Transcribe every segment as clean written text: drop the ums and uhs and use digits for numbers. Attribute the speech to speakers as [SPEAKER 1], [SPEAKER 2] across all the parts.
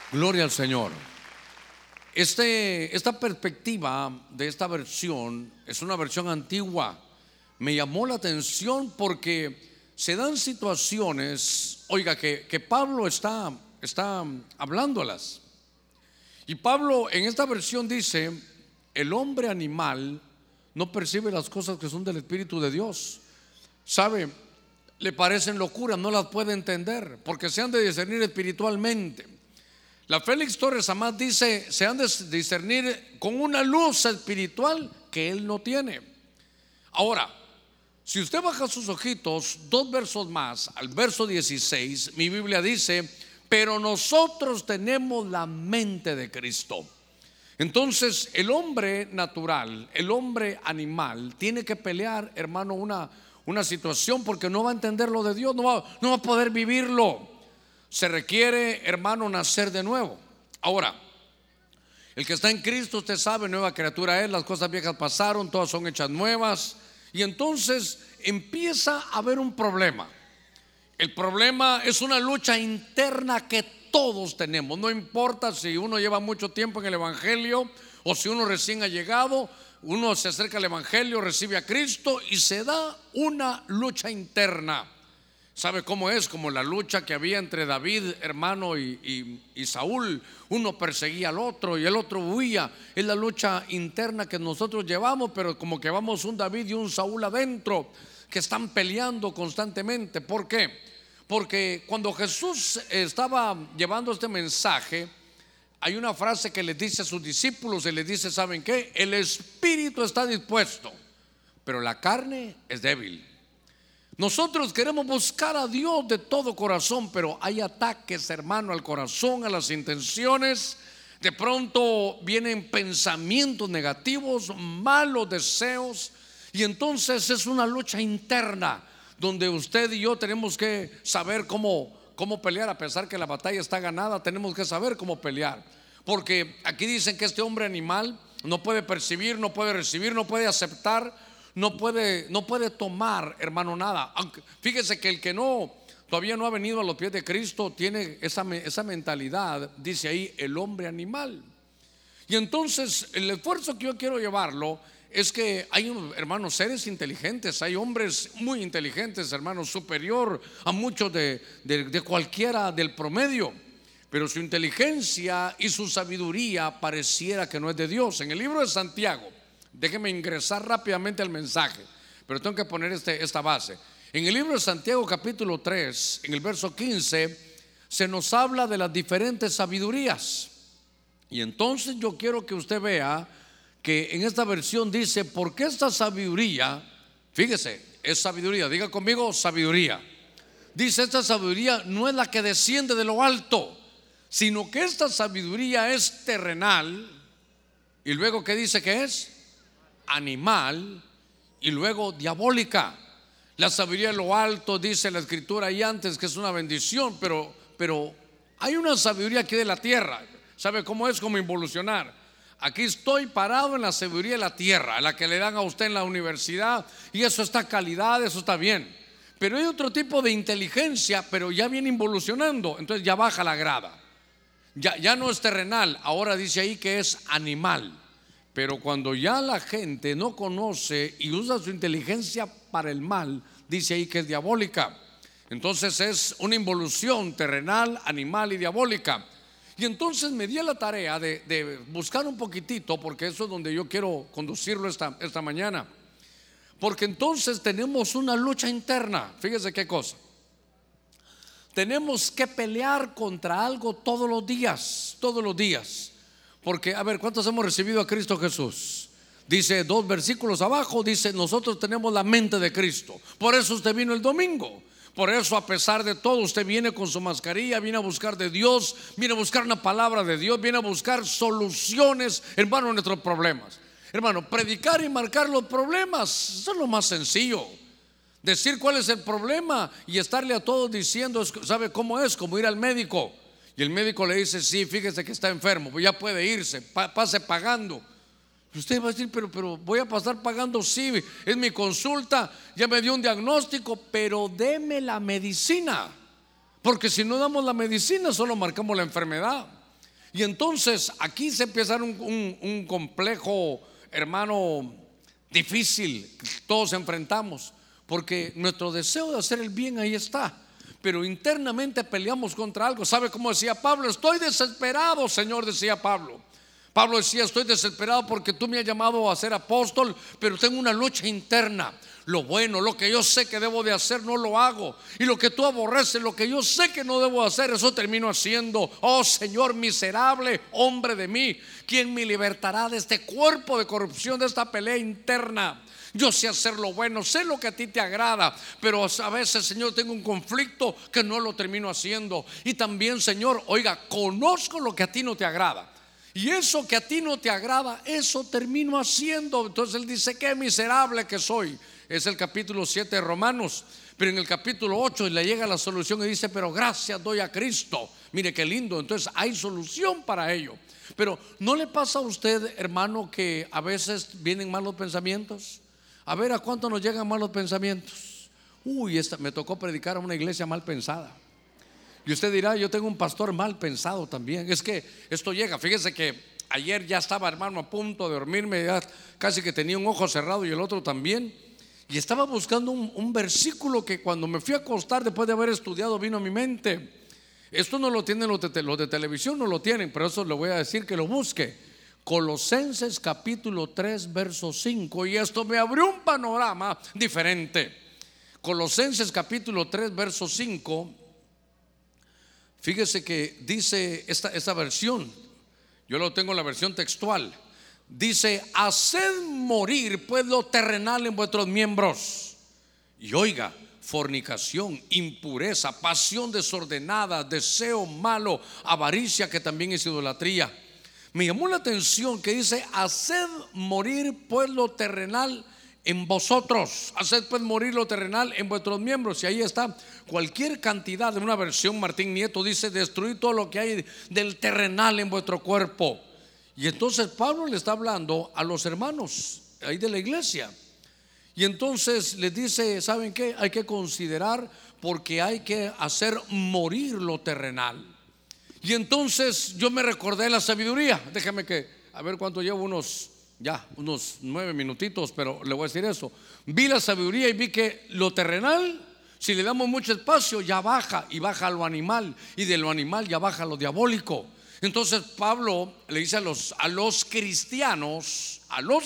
[SPEAKER 1] Gloria al Señor. Esta perspectiva de esta versión es una versión antigua. Me llamó la atención porque se dan situaciones, oiga, que Pablo está hablándolas. Y Pablo en esta versión dice: el hombre animal no percibe las cosas que son del Espíritu de Dios. ¿Sabe? Le parecen locuras, no las puede entender, porque se han de discernir espiritualmente. La Félix Torres Amat dice: se han de discernir con una luz espiritual que él no tiene. Ahora, si usted baja sus ojitos 2 versos más, al verso 16, mi Biblia dice: pero nosotros tenemos la mente de Cristo. Entonces el hombre natural, el hombre animal, tiene que pelear, hermano, una situación, porque no va a entender lo de Dios, no va a poder vivirlo. Se requiere, hermano, nacer de nuevo. Ahora, el que está en Cristo, usted sabe, nueva criatura es, las cosas viejas pasaron, todas son hechas nuevas. Y entonces empieza a haber un problema. El problema es una lucha interna que todos tenemos. No importa si uno lleva mucho tiempo en el Evangelio o si uno recién ha llegado. Uno se acerca al Evangelio, recibe a Cristo y se da una lucha interna. ¿Sabe cómo es? Como la lucha que había entre David, hermano, y Saúl. Uno perseguía al otro y el otro huía. Es la lucha interna que nosotros llevamos, pero como que vamos un David y un Saúl adentro, que están peleando constantemente. ¿Por qué? Porque cuando Jesús estaba llevando este mensaje, hay una frase que les dice a sus discípulos, y les dice: ¿saben qué? El espíritu está dispuesto, pero la carne es débil. Nosotros queremos buscar a Dios de todo corazón, pero hay ataques, hermano, al corazón, a las intenciones. De pronto vienen pensamientos negativos, malos deseos, y entonces es una lucha interna donde usted y yo tenemos que saber cómo pelear. A pesar que la batalla está ganada, tenemos que saber cómo pelear, porque aquí dicen que este hombre animal no puede percibir, no puede recibir, no puede aceptar, no puede tomar, hermano, nada. Aunque fíjese que el que todavía no ha venido a los pies de Cristo tiene esa mentalidad, dice ahí, el hombre animal. Y entonces el esfuerzo que yo quiero llevarlo es que hay, hermanos, seres inteligentes, hay hombres muy inteligentes, hermanos, superior a muchos de cualquiera del promedio, pero su inteligencia y su sabiduría pareciera que no es de Dios. En el libro de Santiago, déjeme ingresar rápidamente al mensaje, pero tengo que poner esta base. En el libro de Santiago capítulo 3, en el verso 15, se nos habla de las diferentes sabidurías. Y entonces yo quiero que usted vea que en esta versión dice: porque esta sabiduría, fíjese, es sabiduría, diga conmigo, sabiduría. Dice: esta sabiduría no es la que desciende de lo alto, sino que esta sabiduría es terrenal. Y luego, ¿qué dice que es? Animal. Y luego diabólica. La sabiduría de lo alto, dice la escritura ahí antes, que es una bendición, pero hay una sabiduría aquí de la tierra. ¿Sabe cómo es? Como involucionar. Aquí estoy parado en la sabiduría de la tierra, la que le dan a usted en la universidad, y eso está calidad, eso está bien. Pero hay otro tipo de inteligencia, pero ya viene involucionando, entonces ya baja la grada. Ya no es terrenal, ahora dice ahí que es animal. Pero cuando ya la gente no conoce y usa su inteligencia para el mal, dice ahí que es diabólica. Entonces es una involución terrenal, animal y diabólica. Y entonces me di a la tarea de buscar un poquitito, porque eso es donde yo quiero conducirlo esta mañana. Porque entonces tenemos una lucha interna. Fíjese qué cosa. Tenemos que pelear contra algo todos los días. Todos los días. Porque, a ver, ¿cuántos hemos recibido a Cristo Jesús? Dice 2 versículos abajo, dice: nosotros tenemos la mente de Cristo. Por eso usted vino el domingo. Por eso, a pesar de todo, usted viene con su mascarilla, viene a buscar de Dios, viene a buscar una palabra de Dios, viene a buscar soluciones, hermano, a nuestros problemas. Hermano, predicar y marcar los problemas, eso es lo más sencillo. Decir cuál es el problema y estarle a todos diciendo, ¿sabe cómo es? Como ir al médico. Y el médico le dice: sí, fíjese que está enfermo, pues ya puede irse, pase pagando. Usted va a decir: pero voy a pasar pagando, sí, es mi consulta, ya me dio un diagnóstico, pero deme la medicina. Porque si no damos la medicina, solo marcamos la enfermedad. Y entonces aquí se empieza un complejo, hermano, difícil que todos enfrentamos, porque nuestro deseo de hacer el bien ahí está, pero internamente peleamos contra algo. ¿Sabe cómo decía Pablo? Estoy desesperado, Señor, decía Pablo. Pablo decía, estoy desesperado porque tú me has llamado a ser apóstol, pero tengo una lucha interna. Lo bueno, lo que yo sé que debo de hacer, no lo hago. Y lo que tú aborreces, lo que yo sé que no debo hacer, eso termino haciendo. Oh Señor, miserable hombre de mí, ¿quién me libertará de este cuerpo de corrupción, de esta pelea interna? Yo sé hacer lo bueno, sé lo que a ti te agrada, pero a veces, Señor, tengo un conflicto que no lo termino haciendo. Y también, Señor, oiga, conozco lo que a ti no te agrada, y eso que a ti no te agrada, eso termino haciendo. Entonces él dice, qué miserable que soy. Es el capítulo 7 de Romanos. Pero en el capítulo 8 le llega la solución y dice, pero gracias doy a Cristo. Mire qué lindo. Entonces hay solución para ello. Pero ¿no le pasa a usted, hermano, que a veces vienen malos pensamientos? A ver, ¿a cuánto nos llegan malos pensamientos? Uy, me tocó predicar a una iglesia mal pensada. Y usted dirá, yo tengo un pastor mal pensado también. Es que esto llega, fíjese que ayer ya estaba, hermano, a punto de dormirme, ya casi que tenía un ojo cerrado y el otro también. Y estaba buscando un versículo que cuando me fui a acostar, después de haber estudiado, vino a mi mente. Esto no lo tienen los de televisión, no lo tienen, pero eso le voy a decir que lo busque. Colosenses capítulo 3 verso 5. Y esto me abrió un panorama diferente. Colosenses capítulo 3 verso 5. Fíjese que dice esta versión, yo lo tengo en la versión textual. Dice, haced morir pues lo terrenal en vuestros miembros. Y oiga, fornicación, impureza, pasión desordenada, deseo malo, avaricia, que también es idolatría. Me llamó la atención que dice, haced morir pues lo terrenal en vosotros, haced pues morir lo terrenal en vuestros miembros. Y ahí está cualquier cantidad. De una versión Martín Nieto dice, destruid todo lo que hay del terrenal en vuestro cuerpo. Y entonces Pablo le está hablando a los hermanos ahí de la iglesia. Y entonces les dice, ¿saben qué? Hay que considerar, porque hay que hacer morir lo terrenal. Y entonces yo me recordé la sabiduría. Déjame a ver cuánto llevo, unos 9 minutitos, pero le voy a decir eso. Vi la sabiduría y vi que lo terrenal, si le damos mucho espacio, ya baja, y baja a lo animal, y de lo animal ya baja a lo diabólico. Entonces Pablo le dice a los cristianos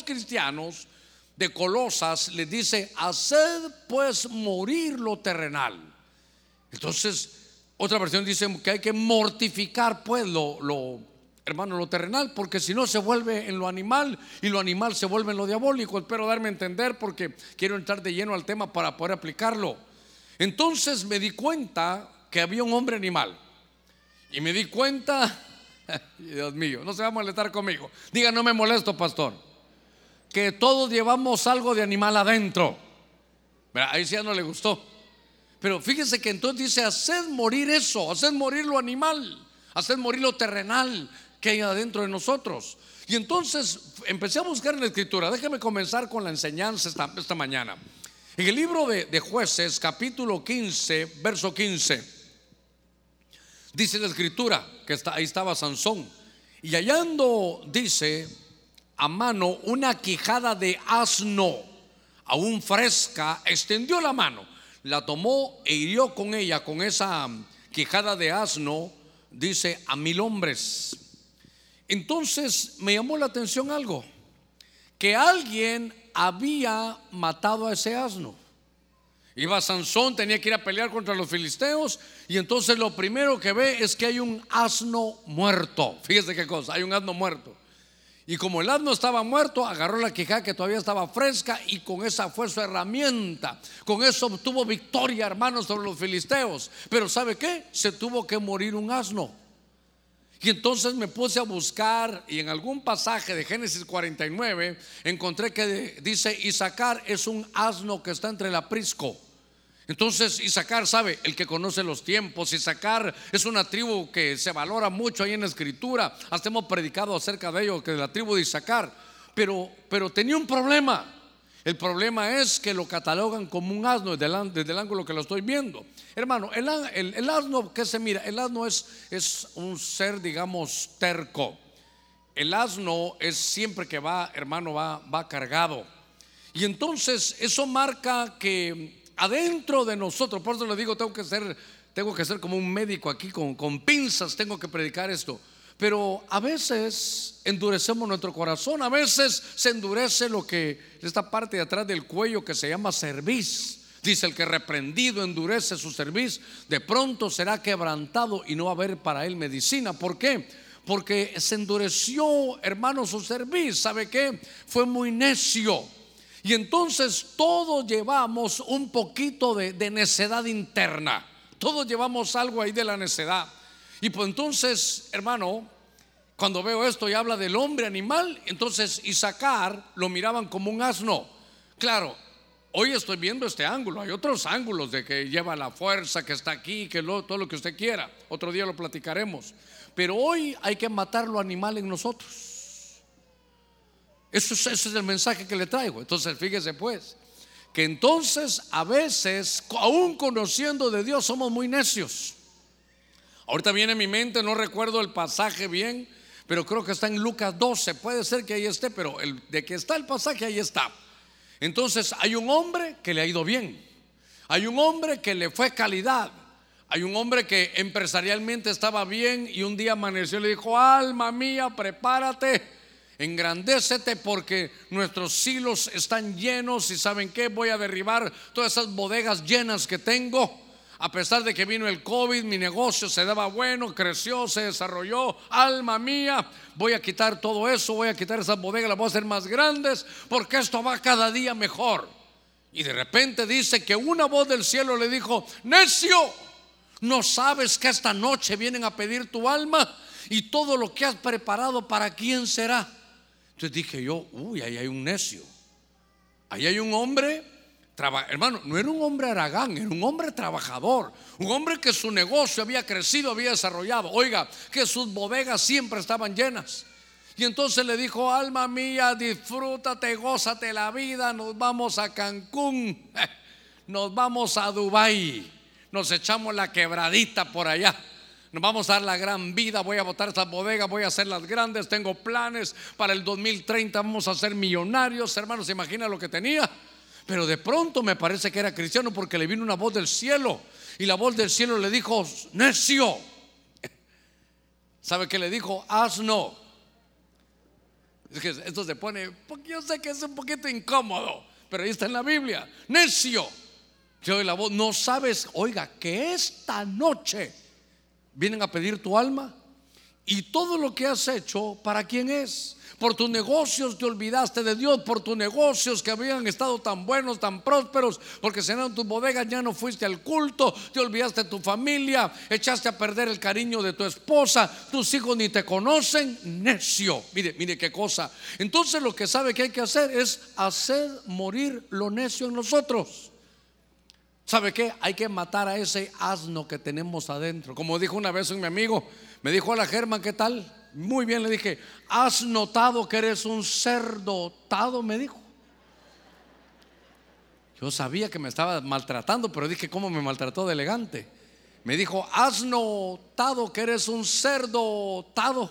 [SPEAKER 1] de Colosas, les dice, haced pues morir lo terrenal. Entonces otra versión dice que hay que mortificar pues hermano, lo terrenal, porque si no se vuelve en lo animal, y lo animal se vuelve en lo diabólico. Espero darme a entender, porque quiero entrar de lleno al tema para poder aplicarlo. Entonces me di cuenta que había un hombre animal, y me di cuenta, Dios mío, no se va a molestar conmigo, diga, no me molesto, pastor, que todos llevamos algo de animal adentro. Ahí sí ya no le gustó. Pero fíjese que entonces dice, haced morir eso, haced morir lo animal, haced morir lo terrenal que hay adentro de nosotros. Y entonces empecé a buscar en la escritura. Déjeme comenzar con la enseñanza esta mañana. En el libro de Jueces capítulo 15 verso 15 dice la escritura que ahí estaba Sansón, y hallando, dice, a mano una quijada de asno aún fresca, extendió la mano, la tomó e hirió con ella, con esa quijada de asno, dice, a 1000 hombres. Entonces me llamó la atención algo, que alguien había matado a ese asno. Iba Sansón, tenía que ir a pelear contra los filisteos, y entonces lo primero que ve es que hay un asno muerto. Fíjese qué cosa, hay un asno muerto. Y como el asno estaba muerto, agarró la quijada que todavía estaba fresca, y con esa fue su herramienta. Con eso obtuvo victoria, hermanos, sobre los filisteos. Pero ¿sabe qué? Se tuvo que morir un asno. Y entonces me puse a buscar, y en algún pasaje de Génesis 49 encontré que dice, Isaacar es un asno que está entre el aprisco. Entonces Isaacar, sabe, el que conoce los tiempos, Isaacar es una tribu que se valora mucho ahí en la escritura. Hasta hemos predicado acerca de ello, que de la tribu de Isaacar. Pero tenía un problema. El problema es que lo catalogan como un asno desde el ángulo que lo estoy viendo. Hermano, el asno que se mira, el asno es un ser, digamos, terco. El asno es siempre que va, hermano, va cargado. Y entonces eso marca que adentro de nosotros, por eso le digo, tengo que ser como un médico aquí con pinzas, tengo que predicar esto. Pero a veces endurecemos nuestro corazón, a veces se endurece esta parte de atrás del cuello que se llama cerviz. Dice: el que reprendido endurece su cerviz, de pronto será quebrantado y no va a haber para él medicina. ¿Por qué? Porque se endureció, hermano, su cerviz. ¿Sabe qué? Fue muy necio. Y entonces todos llevamos un poquito de necedad interna. Todos llevamos algo ahí de la necedad. Y pues entonces, hermano, cuando veo esto y habla del hombre animal, entonces Isaacar lo miraban como un asno. Claro, hoy estoy viendo este ángulo. Hay otros ángulos de que lleva la fuerza, que está aquí, todo lo que usted quiera. Otro día lo platicaremos. Pero hoy hay que matar lo animal en nosotros. Ese es el mensaje que le traigo. Entonces fíjese pues, que entonces a veces, aún conociendo de Dios, somos muy necios. Ahorita viene a mi mente, no recuerdo el pasaje bien, pero creo que está en Lucas 12. Puede ser que ahí esté, pero de que está el pasaje, ahí está. Entonces hay un hombre que le ha ido bien, hay un hombre que le fue calidad, hay un hombre que empresarialmente estaba bien y un día amaneció y le dijo: alma mía, prepárate, engrandécete, porque nuestros silos están llenos y ¿saben qué? Voy a derribar todas esas bodegas llenas que tengo. A pesar de que vino el COVID, mi negocio se daba bueno, creció, se desarrolló. Alma mía, voy a quitar todo eso, voy a quitar esas bodegas, las voy a hacer más grandes, porque esto va cada día mejor. Y de repente dice que una voz del cielo le dijo: necio, ¿no sabes que esta noche vienen a pedir tu alma? Y todo lo que has preparado, ¿para quién será? Entonces dije yo: uy, ahí hay un necio. Ahí hay un hombre, hermano, no era un hombre haragán, era un hombre trabajador, un hombre que su negocio había crecido, había desarrollado. Oiga, que sus bodegas siempre estaban llenas. Y entonces le dijo: alma mía, disfrútate, gózate la vida, nos vamos a Cancún, nos vamos a Dubái, nos echamos la quebradita por allá, nos vamos a dar la gran vida, voy a botar estas bodegas, voy a hacerlas grandes, tengo planes para el 2030, vamos a ser millonarios. Hermanos, ¿se imagina lo que tenía? Pero de pronto me parece que era cristiano, porque le vino una voz del cielo, y la voz del cielo le dijo: necio. ¿Sabe qué le dijo? Asno. Es que esto se pone, porque yo sé que es un poquito incómodo, pero ahí está en la Biblia. Necio. Yo oí la voz: no sabes, oiga, que esta noche vienen a pedir tu alma, y todo lo que has hecho, ¿para quién es? Por tus negocios te olvidaste de Dios, por tus negocios que habían estado tan buenos, tan prósperos, porque cenaron tus bodegas, ya no fuiste al culto, te olvidaste de tu familia, echaste a perder el cariño de tu esposa, tus hijos ni te conocen. Necio. Mire qué cosa. Entonces lo que sabe que hay que hacer es hacer morir lo necio en nosotros. ¿Sabe qué? Hay que matar a ese asno que tenemos adentro. Como dijo una vez un mi amigo, me dijo: hola Germán, ¿qué tal? Muy bien, le dije: ¿has notado que eres un ser dotado? Me dijo. Yo sabía que me estaba maltratando, pero dije: ¿cómo me maltrató de elegante? Me dijo: ¿has notado que eres un ser dotado?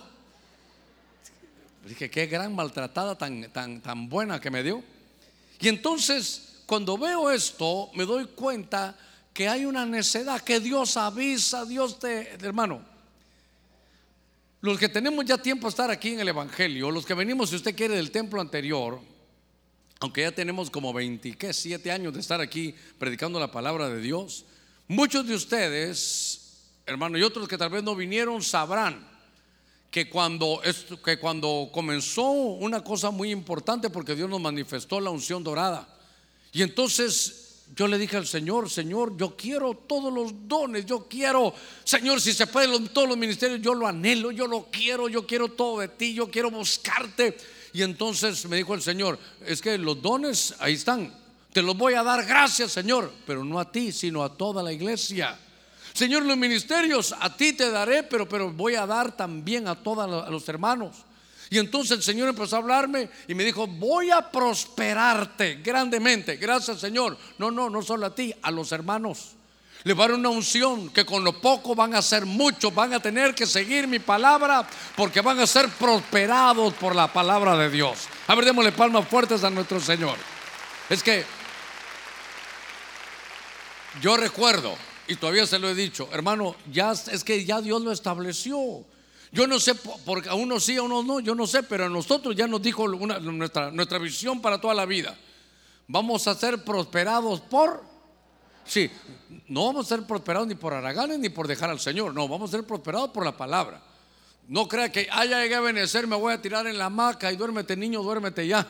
[SPEAKER 1] Dije: qué gran maltratada tan buena que me dio. Y entonces, cuando veo esto, me doy cuenta que hay una necedad, que Dios avisa, hermano. Los que tenemos ya tiempo a estar aquí en el Evangelio, los que venimos, si usted quiere, del templo anterior, aunque ya tenemos como 27 años de estar aquí predicando la palabra de Dios, muchos de ustedes, hermano, y otros que tal vez no vinieron, sabrán que cuando comenzó una cosa muy importante, porque Dios nos manifestó la unción dorada. Y entonces yo le dije al Señor: Señor, yo quiero todos los dones, yo quiero, Señor, si se pueden todos los ministerios, yo lo anhelo, yo quiero todo de ti, yo quiero buscarte. Y entonces me dijo el Señor: es que los dones ahí están, te los voy a dar, gracias Señor, pero no a ti, sino a toda la iglesia. Señor, los ministerios a ti te daré, pero voy a dar también a todos los hermanos. Y entonces el Señor empezó a hablarme y me dijo: voy a prosperarte grandemente. Gracias, Señor. No solo a ti, a los hermanos. Le va a dar una unción que con lo poco van a ser muchos. Van a tener que seguir mi palabra porque van a ser prosperados por la palabra de Dios. A ver, démosle palmas fuertes a nuestro Señor. Es que yo recuerdo, y todavía se lo he dicho, hermano, es que ya Dios lo estableció. Yo no sé, porque a unos sí, a unos no, yo no sé, pero a nosotros ya nos dijo nuestra visión para toda la vida. Vamos a ser prosperados sí, no vamos a ser prosperados ni por haraganes ni por dejar al Señor. No, vamos a ser prosperados por la palabra. No crea que ya llegué a Benecer, me voy a tirar en la hamaca y duérmete, niño, duérmete ya.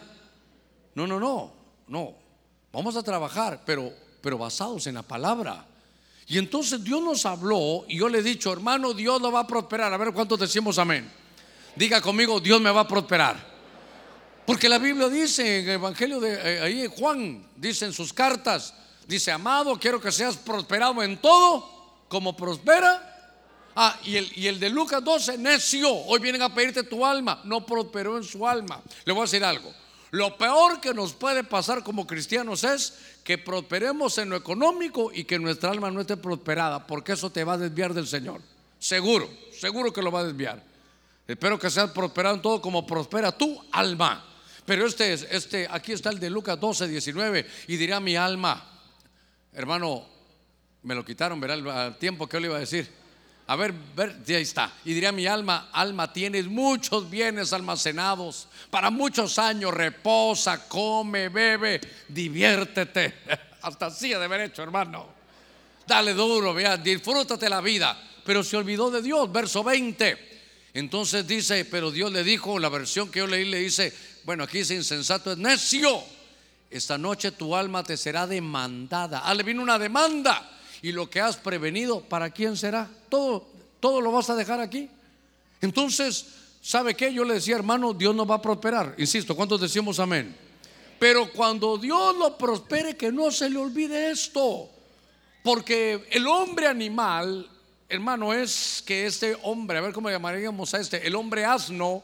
[SPEAKER 1] No. Vamos a trabajar, pero basados en la palabra. Y entonces Dios nos habló y yo le he dicho: hermano, Dios lo va a prosperar. A ver cuántos decimos amén. Diga conmigo: Dios me va a prosperar. Porque la Biblia dice en el Evangelio de ahí Juan, dice en sus cartas, dice: amado, quiero que seas prosperado en todo como prospera. Y el de Lucas 12, necio, hoy vienen a pedirte tu alma. No prosperó en su alma. Le voy a decir algo: lo peor que nos puede pasar como cristianos es que prosperemos en lo económico y que nuestra alma no esté prosperada, porque eso te va a desviar del Señor. Seguro que lo va a desviar. Espero que seas prosperado en todo como prospera tu alma. Pero aquí está el de Lucas 12, 19. Y dirá mi alma, hermano, me lo quitaron, verá el tiempo que yo le iba a decir. A ver, ahí está. Y diría mi alma: alma, tienes muchos bienes almacenados para muchos años, reposa, come, bebe, diviértete. Hasta así ha de haber hecho, hermano. Dale duro, vea, disfrútate la vida. Pero se olvidó de Dios, verso 20. Entonces dice, pero Dios le dijo, la versión que yo leí le dice, bueno, aquí dice: insensato, es necio, esta noche tu alma te será demandada. Le vino una demanda. Y lo que has prevenido, ¿para quién será? Todo lo vas a dejar aquí. Entonces, ¿sabe qué? Yo le decía: hermano, Dios nos va a prosperar. Insisto, ¿cuántos decimos amén? Pero cuando Dios lo prospere, que no se le olvide esto. Porque el hombre animal, hermano, es que este hombre, a ver cómo llamaríamos a el hombre asno,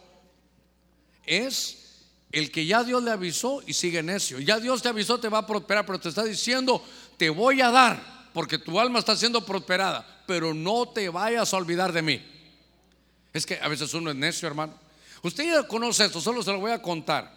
[SPEAKER 1] es el que ya Dios le avisó y sigue necio. Ya Dios te avisó, te va a prosperar, pero te está diciendo: te voy a dar, porque tu alma está siendo prosperada, pero no te vayas a olvidar de mí. Es que a veces uno es necio, hermano. Usted ya conoce esto, solo se lo voy a contar.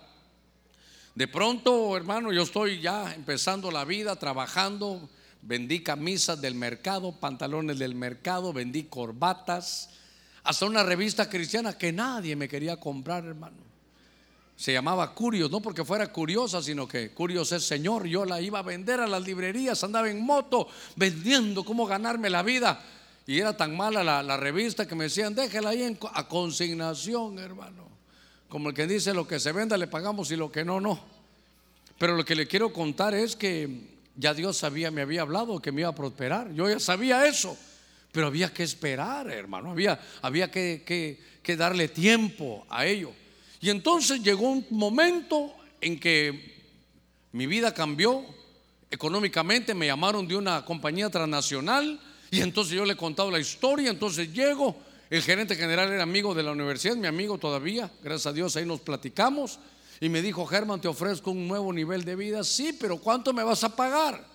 [SPEAKER 1] De pronto, hermano, yo estoy ya empezando la vida, trabajando. Vendí camisas del mercado, pantalones del mercado, vendí corbatas, hasta una revista cristiana que nadie me quería comprar, hermano. Se llamaba Curios, no porque fuera curiosa, sino que Curios es Señor. Yo la iba a vender a las librerías, andaba en moto vendiendo cómo ganarme la vida. Y era tan mala la revista que me decían: déjela ahí a consignación, hermano. Como el que dice: lo que se venda le pagamos y lo que no, no. Pero lo que le quiero contar es que ya Dios me había hablado que me iba a prosperar. Yo ya sabía eso, pero había que esperar, hermano. Había que darle tiempo a ello. Y entonces llegó un momento en que mi vida cambió económicamente. Me llamaron de una compañía transnacional y entonces yo le he contado la historia. Entonces llego, el gerente general era amigo de la universidad, mi amigo todavía, gracias a Dios, ahí nos platicamos. Y me dijo: Germán, te ofrezco un nuevo nivel de vida. Sí, pero ¿cuánto me vas a pagar?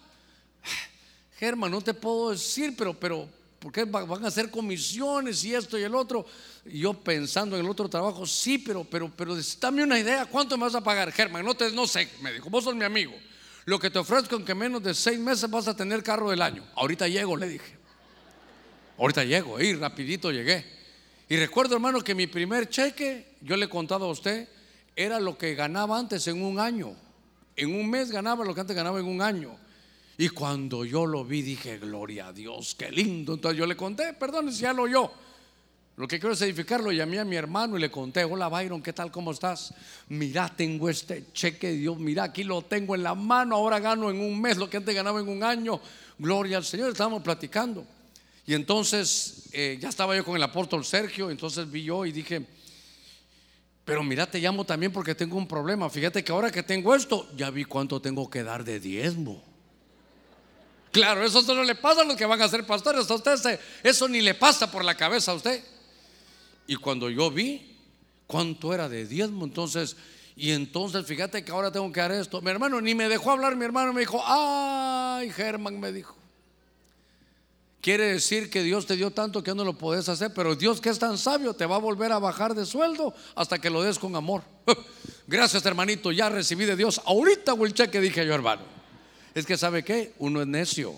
[SPEAKER 1] Germán, no te puedo decir, pero porque van a hacer comisiones y esto y el otro. Y yo pensando en el otro trabajo: sí, pero dame una idea, ¿cuánto me vas a pagar? Germán, no sé, me dijo, vos sos mi amigo. Lo que te ofrezco en que menos de 6 meses vas a tener carro del año. Ahorita llego, le dije. Ahorita llego, y rapidito llegué. Y recuerdo, hermano, que mi primer cheque, yo le he contado a usted, era lo que ganaba antes en un año. En un mes ganaba lo que antes ganaba en un año. Y cuando yo lo vi dije: gloria a Dios, qué lindo. Entonces yo le conté, perdón si ya lo oyó. Lo que quiero es edificarlo. Llamé a mi hermano y le conté: hola Byron, ¿qué tal? ¿Cómo estás? Mira, tengo este cheque, Dios, mira, aquí lo tengo en la mano. Ahora gano en un mes lo que antes ganaba en un año. Gloria al Señor. Estábamos platicando. Y entonces ya estaba yo con el apóstol Sergio. Entonces vi yo y dije: pero mira, te llamo también porque tengo un problema. Fíjate que ahora que tengo esto, ya vi cuánto tengo que dar de diezmo. Claro, eso solo le pasa a los que van a ser pastores. A usted eso ni le pasa por la cabeza a usted. Y cuando yo vi ¿Cuánto era de diezmo? Entonces fíjate que ahora tengo que dar esto. Mi hermano ni me dejó hablar. Mi hermano me dijo: ay, Germán, me dijo, quiere decir que Dios te dio tanto que no lo podés hacer, pero Dios, que es tan sabio, te va a volver a bajar de sueldo hasta que lo des con amor. Gracias, hermanito, ya recibí de Dios. Ahorita hago el cheque, dije yo, hermano. Es que ¿sabe qué? Uno es necio.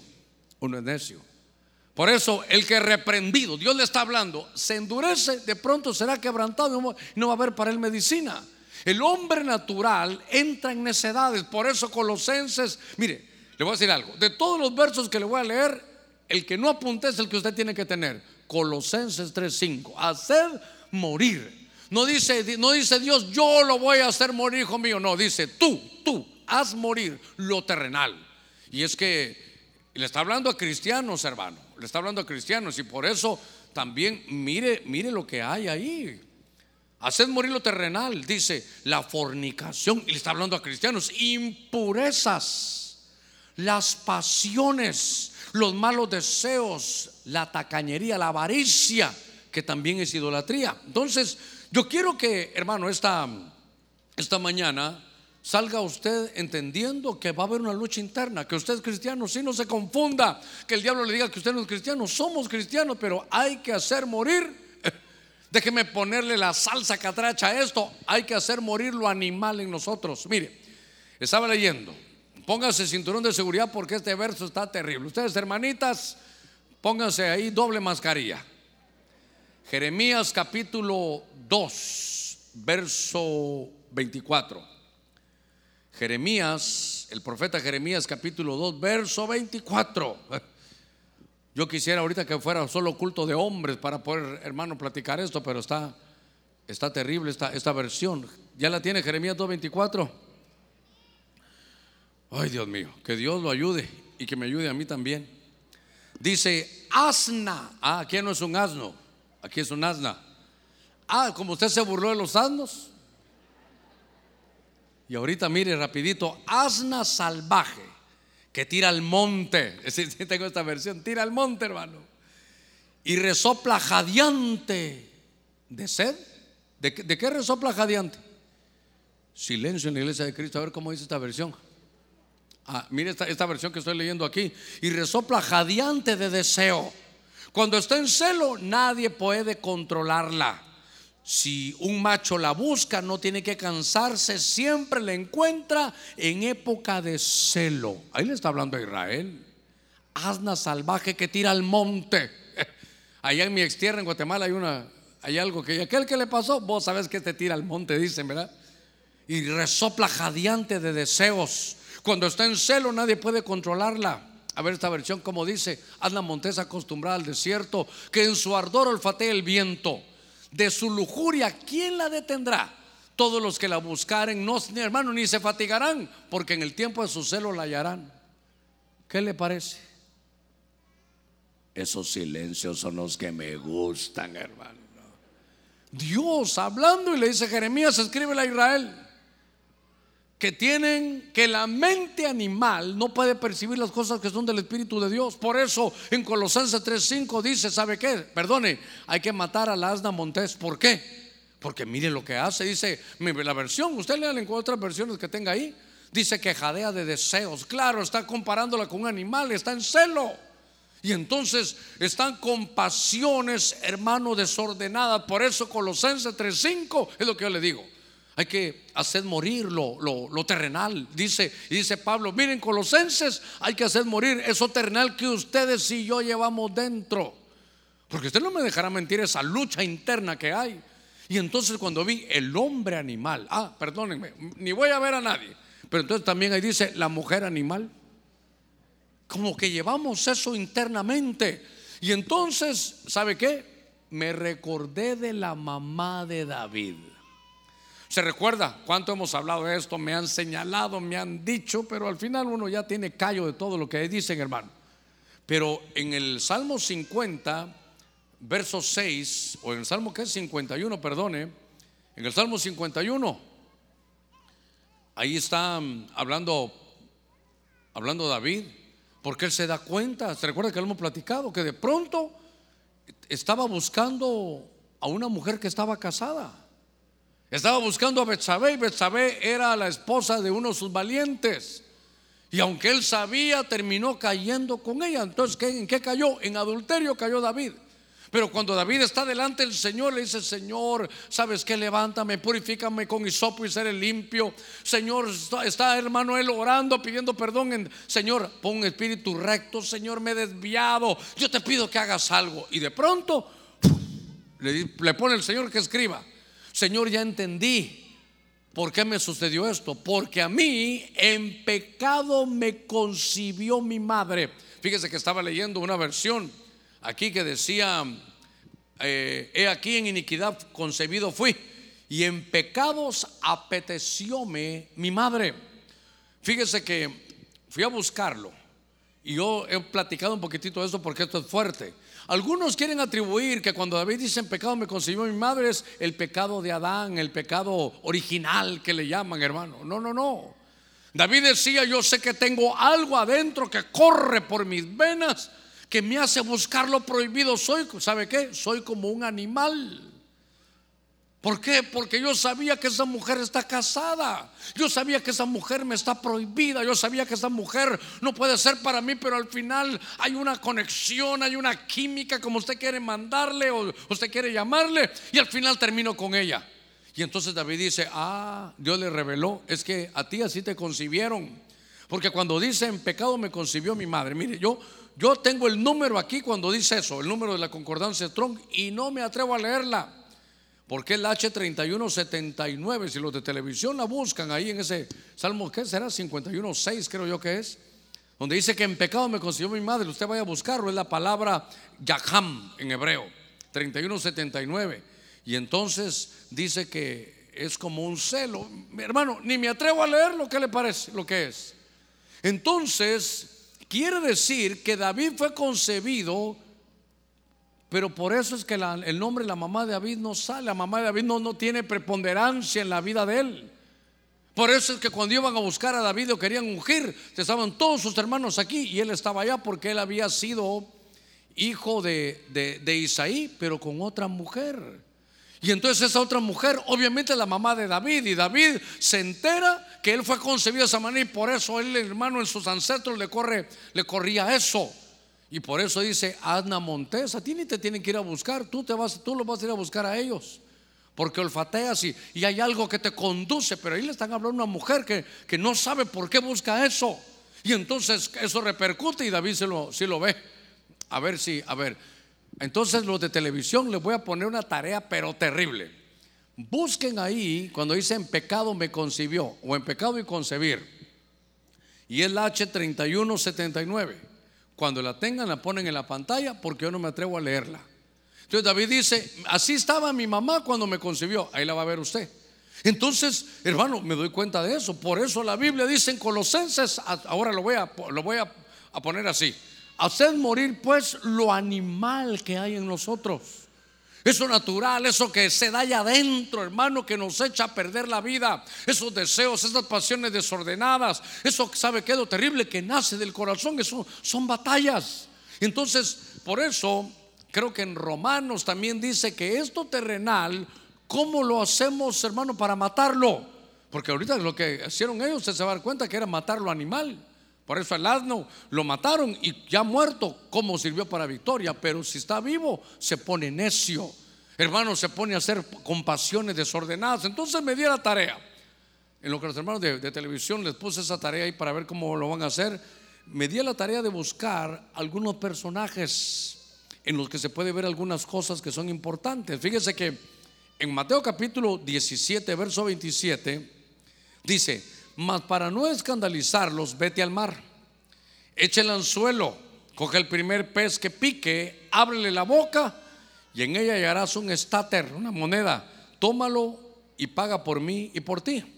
[SPEAKER 1] Por eso el que reprendido, Dios le está hablando, se endurece, de pronto será quebrantado, no va a haber para él medicina. El hombre natural entra en necedades. Por eso Colosenses, mire, le voy a decir algo. De todos los versos que le voy a leer, el que no apunte es el que usted tiene que tener. Colosenses 3:5. Hacer morir. No dice Dios, yo lo voy a hacer morir, hijo mío. No, dice tú haz morir lo terrenal. Y es que le está hablando a cristianos, hermano. Le está hablando a cristianos. Y por eso también mire lo que hay ahí. Haced morir lo terrenal, dice, la fornicación. Y le está hablando a cristianos. Impurezas, las pasiones, los malos deseos, la tacañería, la avaricia, que también es idolatría. Entonces yo quiero que, hermano, esta mañana salga usted entendiendo que va a haber una lucha interna, que usted es cristiano, si no se confunda, que el diablo le diga que usted no es cristiano. Somos cristianos, pero hay que hacer morir. Déjeme ponerle la salsa catracha a esto. Hay que hacer morir lo animal en nosotros. Mire, estaba leyendo, póngase cinturón de seguridad porque este verso está terrible. Ustedes, hermanitas, pónganse ahí doble mascarilla. Jeremías capítulo 2, verso 24. Jeremías, el profeta Jeremías capítulo 2, verso 24. Yo quisiera ahorita que fuera solo culto de hombres para poder, hermano, platicar esto, pero está terrible esta versión. ¿Ya la tiene Jeremías 2:24? Ay, Dios mío, que Dios lo ayude y que me ayude a mí también. Dice asna. Aquí no es un asno, aquí es un asna. Como usted se burló de los asnos. Y ahorita mire rapidito, asna salvaje que tira al monte. Sí, tengo esta versión, tira al monte, hermano, y resopla jadeante de sed. ¿De qué resopla jadeante? Silencio en la iglesia de Cristo. A ver cómo dice esta versión. Mire esta versión que estoy leyendo aquí. Y resopla jadeante de deseo. Cuando está en celo, nadie puede controlarla. Si un macho la busca, no tiene que cansarse, siempre la encuentra en época de celo. Ahí le está hablando a Israel. Asna salvaje que tira al monte. Allá en mi ex tierra, en Guatemala, hay algo que aquel que le pasó, vos sabés que te tira al monte, dicen, ¿verdad? Y resopla jadeante de deseos. Cuando está en celo, nadie puede controlarla. A ver esta versión como dice: asna montesa acostumbrada al desierto, que en su ardor olfatea el viento. De su lujuria, ¿quién la detendrá? Todos los que la buscaren, no, hermano, ni se fatigarán, porque en el tiempo de su celo la hallarán. ¿Qué le parece? Esos silencios son los que me gustan, hermano. Dios hablando, y le dice Jeremías, escríbele a Israel que la mente animal no puede percibir las cosas que son del Espíritu de Dios. Por eso en Colosenses 3:5 dice: ¿sabe qué? Perdone, hay que matar a la asna montés. ¿Por qué? Porque mire lo que hace. Dice la versión, usted léala en otras versiones que tenga ahí. Dice que jadea de deseos. Claro, está comparándola con un animal, está en celo. Y entonces están con pasiones, hermano, desordenadas. Por eso Colosenses 3:5 es lo que yo le digo. Hay que hacer morir lo terrenal. Dice Pablo, miren, Colosenses, hay que hacer morir eso terrenal que ustedes y yo llevamos dentro. Porque usted no me dejará mentir esa lucha interna que hay. Y entonces cuando vi el hombre animal, perdónenme, ni voy a ver a nadie, pero entonces también ahí dice la mujer animal. Como que llevamos eso internamente. Y entonces, ¿sabe qué? Me recordé de la mamá de David. ¿Se recuerda cuánto hemos hablado de esto? Me han señalado, me han dicho, pero al final uno ya tiene callo de todo lo que dicen, hermano. Pero en el Salmo 50, verso 6, o en el Salmo que es 51, perdone, en el Salmo 51, ahí está hablando David, porque él se da cuenta. ¿Se recuerda que lo hemos platicado? Que de pronto estaba buscando a una mujer que estaba casada. Estaba buscando a Betsabé, y Betsabé era la esposa de uno de sus valientes. Y aunque él sabía, terminó cayendo con ella. Entonces, ¿en qué cayó? En adulterio cayó David. Pero cuando David está delante del Señor, le dice: Señor, ¿sabes qué? Levántame, purifícame con hisopo y seré limpio. Señor, está hermano él orando, pidiendo perdón. Señor, pon un espíritu recto. Señor, me he desviado, yo te pido que hagas algo. Y de pronto le pone el Señor que escriba: Señor, ya entendí por qué me sucedió esto. Porque a mí en pecado me concibió mi madre. Fíjese que estaba leyendo una versión aquí que decía: he aquí en iniquidad concebido fui, y en pecados apetecióme mi madre. Fíjese que fui a buscarlo, y yo he platicado un poquitito de esto porque esto es fuerte. Algunos quieren atribuir que cuando David dice: en pecado me concibió mi madre, es el pecado de Adán, el pecado original que le llaman, hermano. No, no, no. David decía: yo sé que tengo algo adentro que corre por mis venas, que me hace buscar lo prohibido. ¿Sabe qué? Soy como un animal. ¿Por qué? Porque yo sabía que esa mujer está casada. Yo sabía que esa mujer me está prohibida. Yo sabía que esa mujer no puede ser para mí. Pero al final hay una conexión, hay una química, como usted quiere mandarle o usted quiere llamarle, y al final termino con ella. Y entonces David dice: Dios le reveló, es que a ti así te concibieron. Porque cuando dice: en pecado me concibió mi madre, mire, yo tengo el número aquí cuando dice eso, el número de la concordancia Strong, y no me atrevo a leerla, porque es la H3179. Si los de televisión la buscan ahí en ese Salmo, ¿qué será? 51:6 creo yo que es, donde dice que en pecado me concibió mi madre. Usted vaya a buscarlo, es la palabra Yaham en hebreo, 31:79. Y entonces dice que es como un celo. Mi hermano, ni me atrevo a leerlo. ¿Qué le parece lo que es? Entonces quiere decir que David fue concebido, pero por eso es que el nombre de la mamá de David no sale. La mamá de David no tiene preponderancia en la vida de él. Por eso es que cuando iban a buscar a David, lo querían ungir, estaban todos sus hermanos aquí y él estaba allá, porque él había sido hijo de Isaí, pero con otra mujer. Y entonces esa otra mujer obviamente es la mamá de David, y David se entera que él fue concebido de esa manera, y por eso él, hermano, en sus ancestros le corría eso. Y por eso dice: Asna Montes, a ti ni te tienen que ir a buscar, tú los vas a ir a buscar a ellos, porque olfateas y hay algo que te conduce. Pero ahí le están hablando a una mujer que no sabe por qué busca eso, y entonces eso repercute, y David sí lo ve. A ver, entonces los de televisión les voy a poner una tarea pero terrible. Busquen ahí cuando dice: en pecado me concibió, o en pecado y concebir, y es la H3179. Cuando la tengan, la ponen en la pantalla, porque yo no me atrevo a leerla. Entonces David dice: así estaba mi mamá cuando me concibió. Ahí la va a ver usted. Entonces, hermano, me doy cuenta de eso. Por eso la Biblia dice en Colosenses, ahora lo voy a poner así: haced morir pues lo animal que hay en nosotros, eso natural, eso que se da allá adentro, hermano, que nos echa a perder la vida. Esos deseos, esas pasiones desordenadas, eso, ¿sabe qué? Lo terrible que nace del corazón, eso son batallas. Entonces, por eso creo que en Romanos también dice que esto terrenal, ¿cómo lo hacemos, hermano, para matarlo? Porque ahorita lo que hicieron ellos, usted se va a dar cuenta que era matar lo animal. Por eso el asno lo mataron, y ya muerto, ¿cómo sirvió para victoria? Pero si está vivo, se pone necio, hermano, se pone a hacer compasiones desordenadas. Entonces me di la tarea, en lo que los hermanos de televisión les puse esa tarea ahí para ver cómo lo van a hacer. Me di la tarea de buscar algunos personajes en los que se puede ver algunas cosas que son importantes. Fíjese que en Mateo capítulo 17 verso 27 dice: mas para no escandalizarlos, vete al mar, echa el anzuelo, coge el primer pez que pique, ábrele la boca, y en ella hallarás un estáter, una moneda, tómalo y paga por mí y por ti.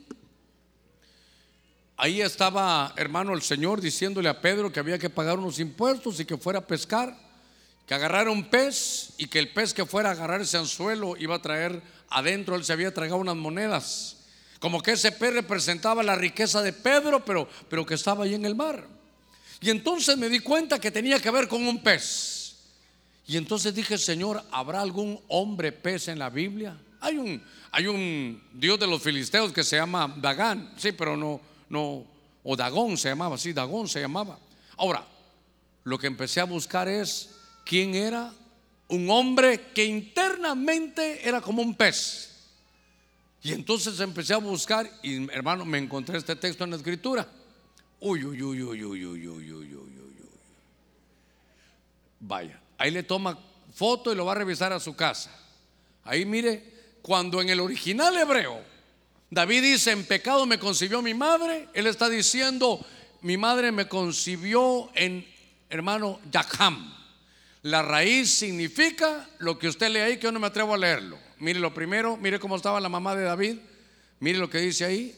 [SPEAKER 1] Ahí estaba, hermano, el Señor diciéndole a Pedro que había que pagar unos impuestos y que fuera a pescar, que agarrara un pez, y que el pez que fuera a agarrar ese anzuelo iba a traer adentro, él se había tragado unas monedas. Como que ese pez representaba la riqueza de Pedro, pero que estaba ahí en el mar. Y entonces me di cuenta que tenía que ver con un pez. Y entonces dije: Señor, ¿habrá algún hombre pez en la Biblia? Hay un dios de los filisteos que se llama Dagán, sí, pero no, o Dagón se llamaba, sí, Dagón se llamaba. Ahora, lo que empecé a buscar es quién era un hombre que internamente era como un pez. Y entonces empecé a buscar y, hermano, me encontré este texto en la escritura. Uy, uy, uy, uy, uy, uy, uy, uy, uy, uy. Vaya, ahí le toma foto y lo va a revisar a su casa. Ahí mire, cuando en el original hebreo David dice: en pecado me concibió mi madre, él está diciendo: mi madre me concibió en, hermano, Yakham. La raíz significa lo que usted lee ahí, que yo no me atrevo a leerlo. Mire lo primero, mire cómo estaba la mamá de David. Mire lo que dice ahí.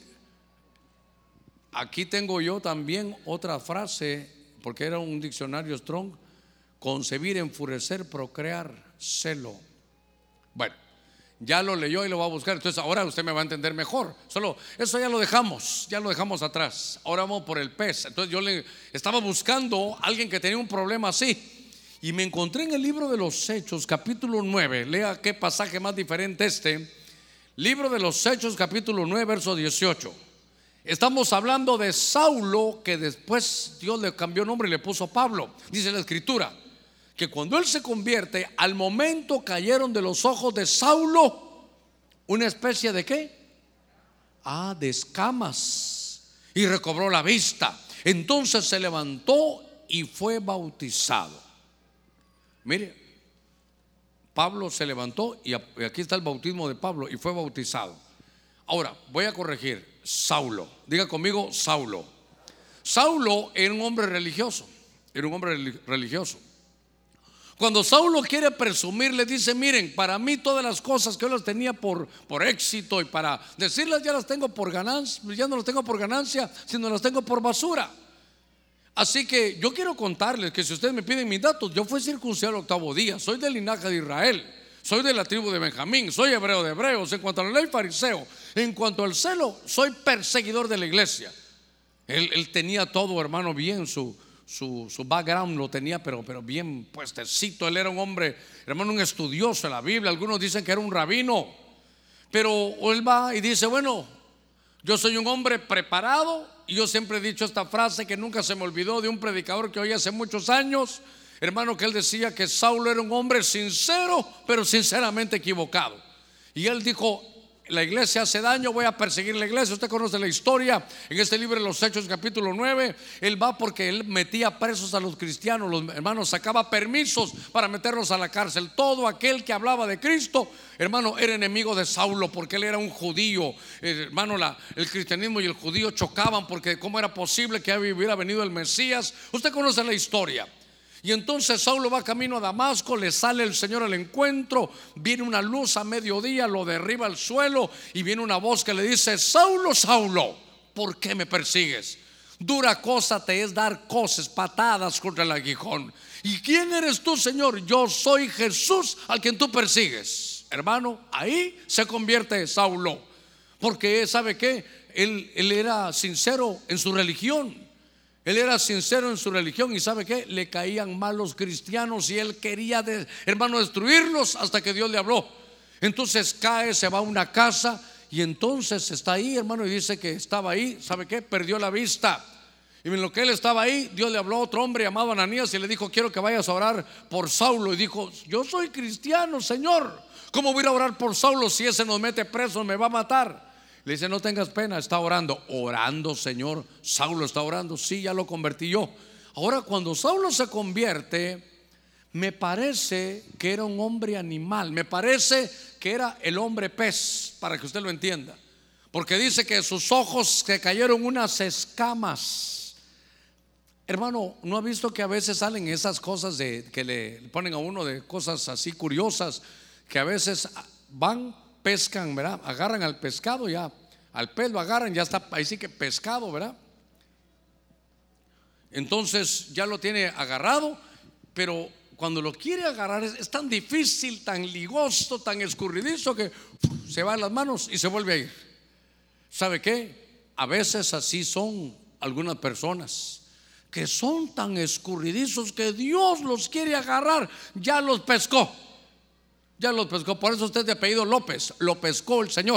[SPEAKER 1] Aquí tengo yo también otra frase, porque era un diccionario Strong: concebir, enfurecer, procrear, celo. Bueno, ya lo leyó y lo va a buscar. Entonces ahora usted me va a entender mejor. Solo eso ya lo dejamos atrás. Ahora vamos por el pez. Entonces yo le estaba buscando a alguien que tenía un problema así, y me encontré en el libro de los Hechos, capítulo 9. Lea qué pasaje más diferente este. Libro de los Hechos, capítulo 9, verso 18. Estamos hablando de Saulo, que después Dios le cambió nombre y le puso Pablo. Dice la escritura que cuando él se convierte, al momento cayeron de los ojos de Saulo una especie de ¿qué? De escamas, y recobró la vista. Entonces se levantó y fue bautizado. Mire, Pablo se levantó y aquí está el bautismo de Pablo, y fue bautizado. Ahora voy a corregir: Saulo, diga conmigo, Saulo. Saulo era un hombre religioso. Cuando Saulo quiere presumir, le dice: miren, para mí todas las cosas que yo las tenía por éxito y para decirlas, ya las tengo por ganancia. Ya no las tengo por ganancia, sino las tengo por basura. Así que yo quiero contarles que si ustedes me piden mis datos, yo fui circuncidado el 8º día, soy del linaje de Israel, soy de la tribu de Benjamín, soy hebreo de hebreos. En cuanto a la ley, fariseo. En cuanto al celo, soy perseguidor de la iglesia. Él tenía todo, hermano, bien, su background lo tenía, pero bien puestecito. Él era un hombre, hermano, un estudioso de la Biblia. Algunos dicen que era un rabino. Pero él va y dice: bueno, yo soy un hombre preparado. Y yo siempre he dicho esta frase que nunca se me olvidó, de un predicador que oí hace muchos años, hermano, que él decía que Saulo era un hombre sincero, pero sinceramente equivocado. Y él dijo: la iglesia hace daño, voy a perseguir la iglesia. Usted conoce la historia en este libro de los Hechos, capítulo 9. Él va porque él metía presos a los cristianos, los hermanos, sacaba permisos para meterlos a la cárcel. Todo aquel que hablaba de Cristo, hermano, era enemigo de Saulo, porque él era un judío. Hermano, el cristianismo y el judío chocaban, porque cómo era posible que hubiera venido el Mesías. Usted conoce la historia. Y entonces Saulo va camino a Damasco, le sale el Señor al encuentro, viene una luz a mediodía, lo derriba al suelo, y viene una voz que le dice: Saulo, Saulo, ¿por qué me persigues? Dura cosa te es dar coces, patadas contra el aguijón. ¿Y quién eres tú, Señor? Yo soy Jesús al quien tú persigues. Hermano, ahí se convierte Saulo, porque ¿sabe qué? Él era sincero en su religión. Él era sincero en su religión, y ¿sabe qué? Le caían mal los cristianos y él quería, hermano, destruirlos, hasta que Dios le habló. Entonces cae, se va a una casa, y entonces está ahí, hermano, y dice que estaba ahí, ¿sabe qué? Perdió la vista. Y en lo que él estaba ahí, Dios le habló a otro hombre llamado Ananías y le dijo: quiero que vayas a orar por Saulo. Y dijo: yo soy cristiano, Señor, ¿cómo voy a ir a orar por Saulo si ese nos mete preso, me va a matar? Le dice: no tengas pena, está orando. Orando, Señor, Saulo está orando. Sí, ya lo convertí yo. Ahora, cuando Saulo se convierte, me parece que era un hombre animal. Me parece que era el hombre pez, para que usted lo entienda, porque dice que sus ojos se cayeron unas escamas. Hermano, ¿no ha visto que a veces salen esas cosas que le ponen a uno, de cosas así curiosas, que a veces van, pescan, ¿verdad? Agarran al pescado, ya al pez lo agarran, ya está ahí, sí que pescado, ¿verdad? Entonces ya lo tiene agarrado, pero cuando lo quiere agarrar es tan difícil, tan ligoso, tan escurridizo, que se va a las manos y se vuelve a ir. ¿Sabe qué? A veces así son algunas personas, que son tan escurridizos que Dios los quiere agarrar, ya los pescó, Ya lo pescó. Por eso usted es de apellido López. Lo pescó el Señor.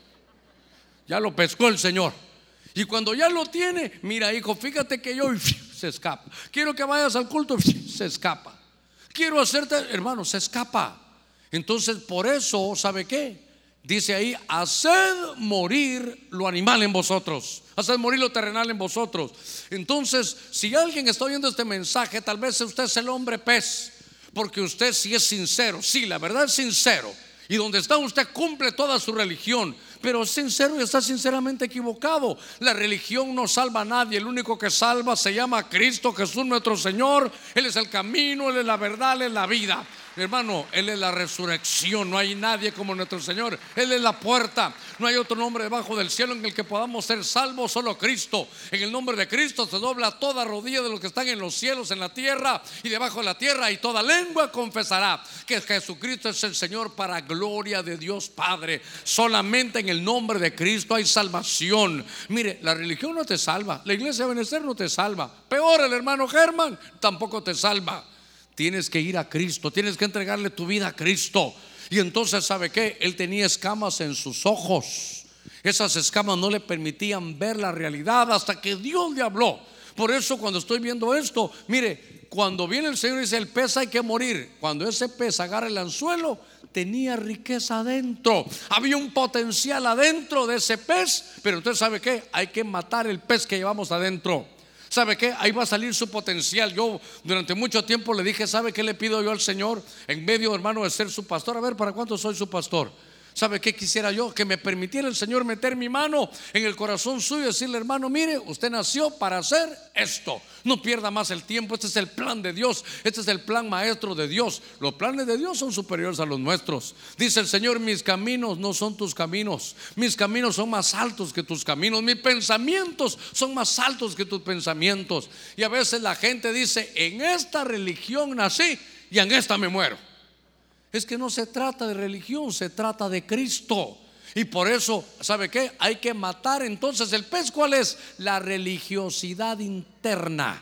[SPEAKER 1] Ya lo pescó el Señor. Y cuando ya lo tiene, mira, hijo, fíjate que yo, se escapa. Quiero que vayas al culto, se escapa. Quiero hacerte, hermano, se escapa. Entonces, por eso, ¿sabe qué? Dice ahí: haced morir lo animal en vosotros, haced morir lo terrenal en vosotros. Entonces, si alguien está oyendo este mensaje, tal vez usted es el hombre pez, porque usted sí es sincero, sí, la verdad es sincero, y donde está usted cumple toda su religión, pero es sincero y está sinceramente equivocado. La religión no salva a nadie. El único que salva se llama Cristo Jesús nuestro Señor. Él es el camino, Él es la verdad, Él es la vida. Hermano, Él es la resurrección. No hay nadie como nuestro Señor. Él es la puerta. No hay otro nombre debajo del cielo en el que podamos ser salvos, solo Cristo. En el nombre de Cristo se dobla toda rodilla de los que están en los cielos, en la tierra y debajo de la tierra, y toda lengua confesará que Jesucristo es el Señor, para gloria de Dios Padre. Solamente en el nombre de Cristo hay salvación. Mire, la religión no te salva, la iglesia de Benecer no te salva, peor el hermano Germán tampoco te salva. Tienes que ir a Cristo, tienes que entregarle tu vida a Cristo. Y entonces, ¿sabe qué? Él tenía escamas en sus ojos. Esas escamas no le permitían ver la realidad hasta que Dios le habló. Por eso cuando estoy viendo esto, mire, cuando viene el Señor y dice: el pez hay que morir, cuando ese pez agarra el anzuelo, tenía riqueza adentro, había un potencial adentro de ese pez. Pero entonces, ¿sabe qué? Hay que matar el pez que llevamos adentro. ¿Sabe qué? Ahí va a salir su potencial. Yo durante mucho tiempo le dije: ¿sabe qué le pido yo al Señor? En medio, hermano, de ser su pastor. A ver, ¿para cuánto soy su pastor? ¿Sabe qué quisiera yo? Que me permitiera el Señor meter mi mano en el corazón suyo y decirle: hermano, mire, usted nació para hacer esto. No pierda más el tiempo. Este es el plan de Dios. Este es el plan maestro de Dios. Los planes de Dios son superiores a los nuestros. Dice el Señor: mis caminos no son tus caminos. Mis caminos son más altos que tus caminos. Mis pensamientos son más altos que tus pensamientos. Y a veces la gente dice: en esta religión nací y en esta me muero. Es que no se trata de religión, se trata de Cristo. Y por eso, ¿sabe qué? Hay que matar entonces el pez. ¿Cuál es? La religiosidad interna.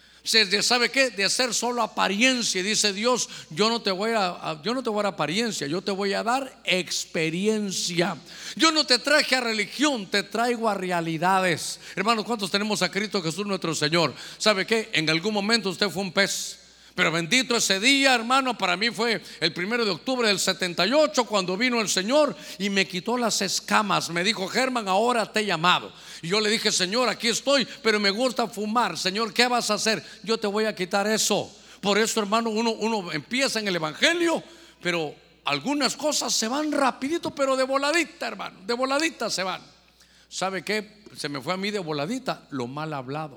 [SPEAKER 1] ¿Sabe qué? De hacer solo apariencia. Y dice Dios: yo no te voy a dar apariencia, yo te voy a dar experiencia. Yo no te traje a religión, te traigo a realidades. Hermanos, ¿cuántos tenemos a Cristo Jesús nuestro Señor? ¿Sabe qué? En algún momento usted fue un pez. Pero bendito ese día, hermano. Para mí fue el 1 de octubre del 78, cuando vino el Señor y me quitó las escamas. Me dijo: Germán, ahora te he llamado. Y yo le dije: Señor, aquí estoy, pero me gusta fumar. Señor, ¿qué vas a hacer? Yo te voy a quitar eso. Por eso, hermano, uno empieza en el evangelio, pero algunas cosas se van rapidito, pero de voladita, hermano, de voladita se van. ¿Sabe qué? Se me fue a mí de voladita lo mal hablado.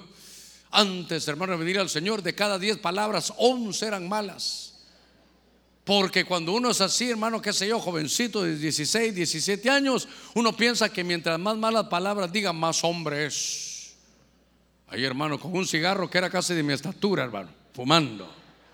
[SPEAKER 1] Antes, hermano, de venir al Señor, de cada 10 palabras, 11 eran malas. Porque cuando uno es así, hermano, qué sé yo, jovencito de 16, 17 años, uno piensa que mientras más malas palabras diga, más hombre es. Ahí, hermano, con un cigarro que era casi de mi estatura, hermano, fumando.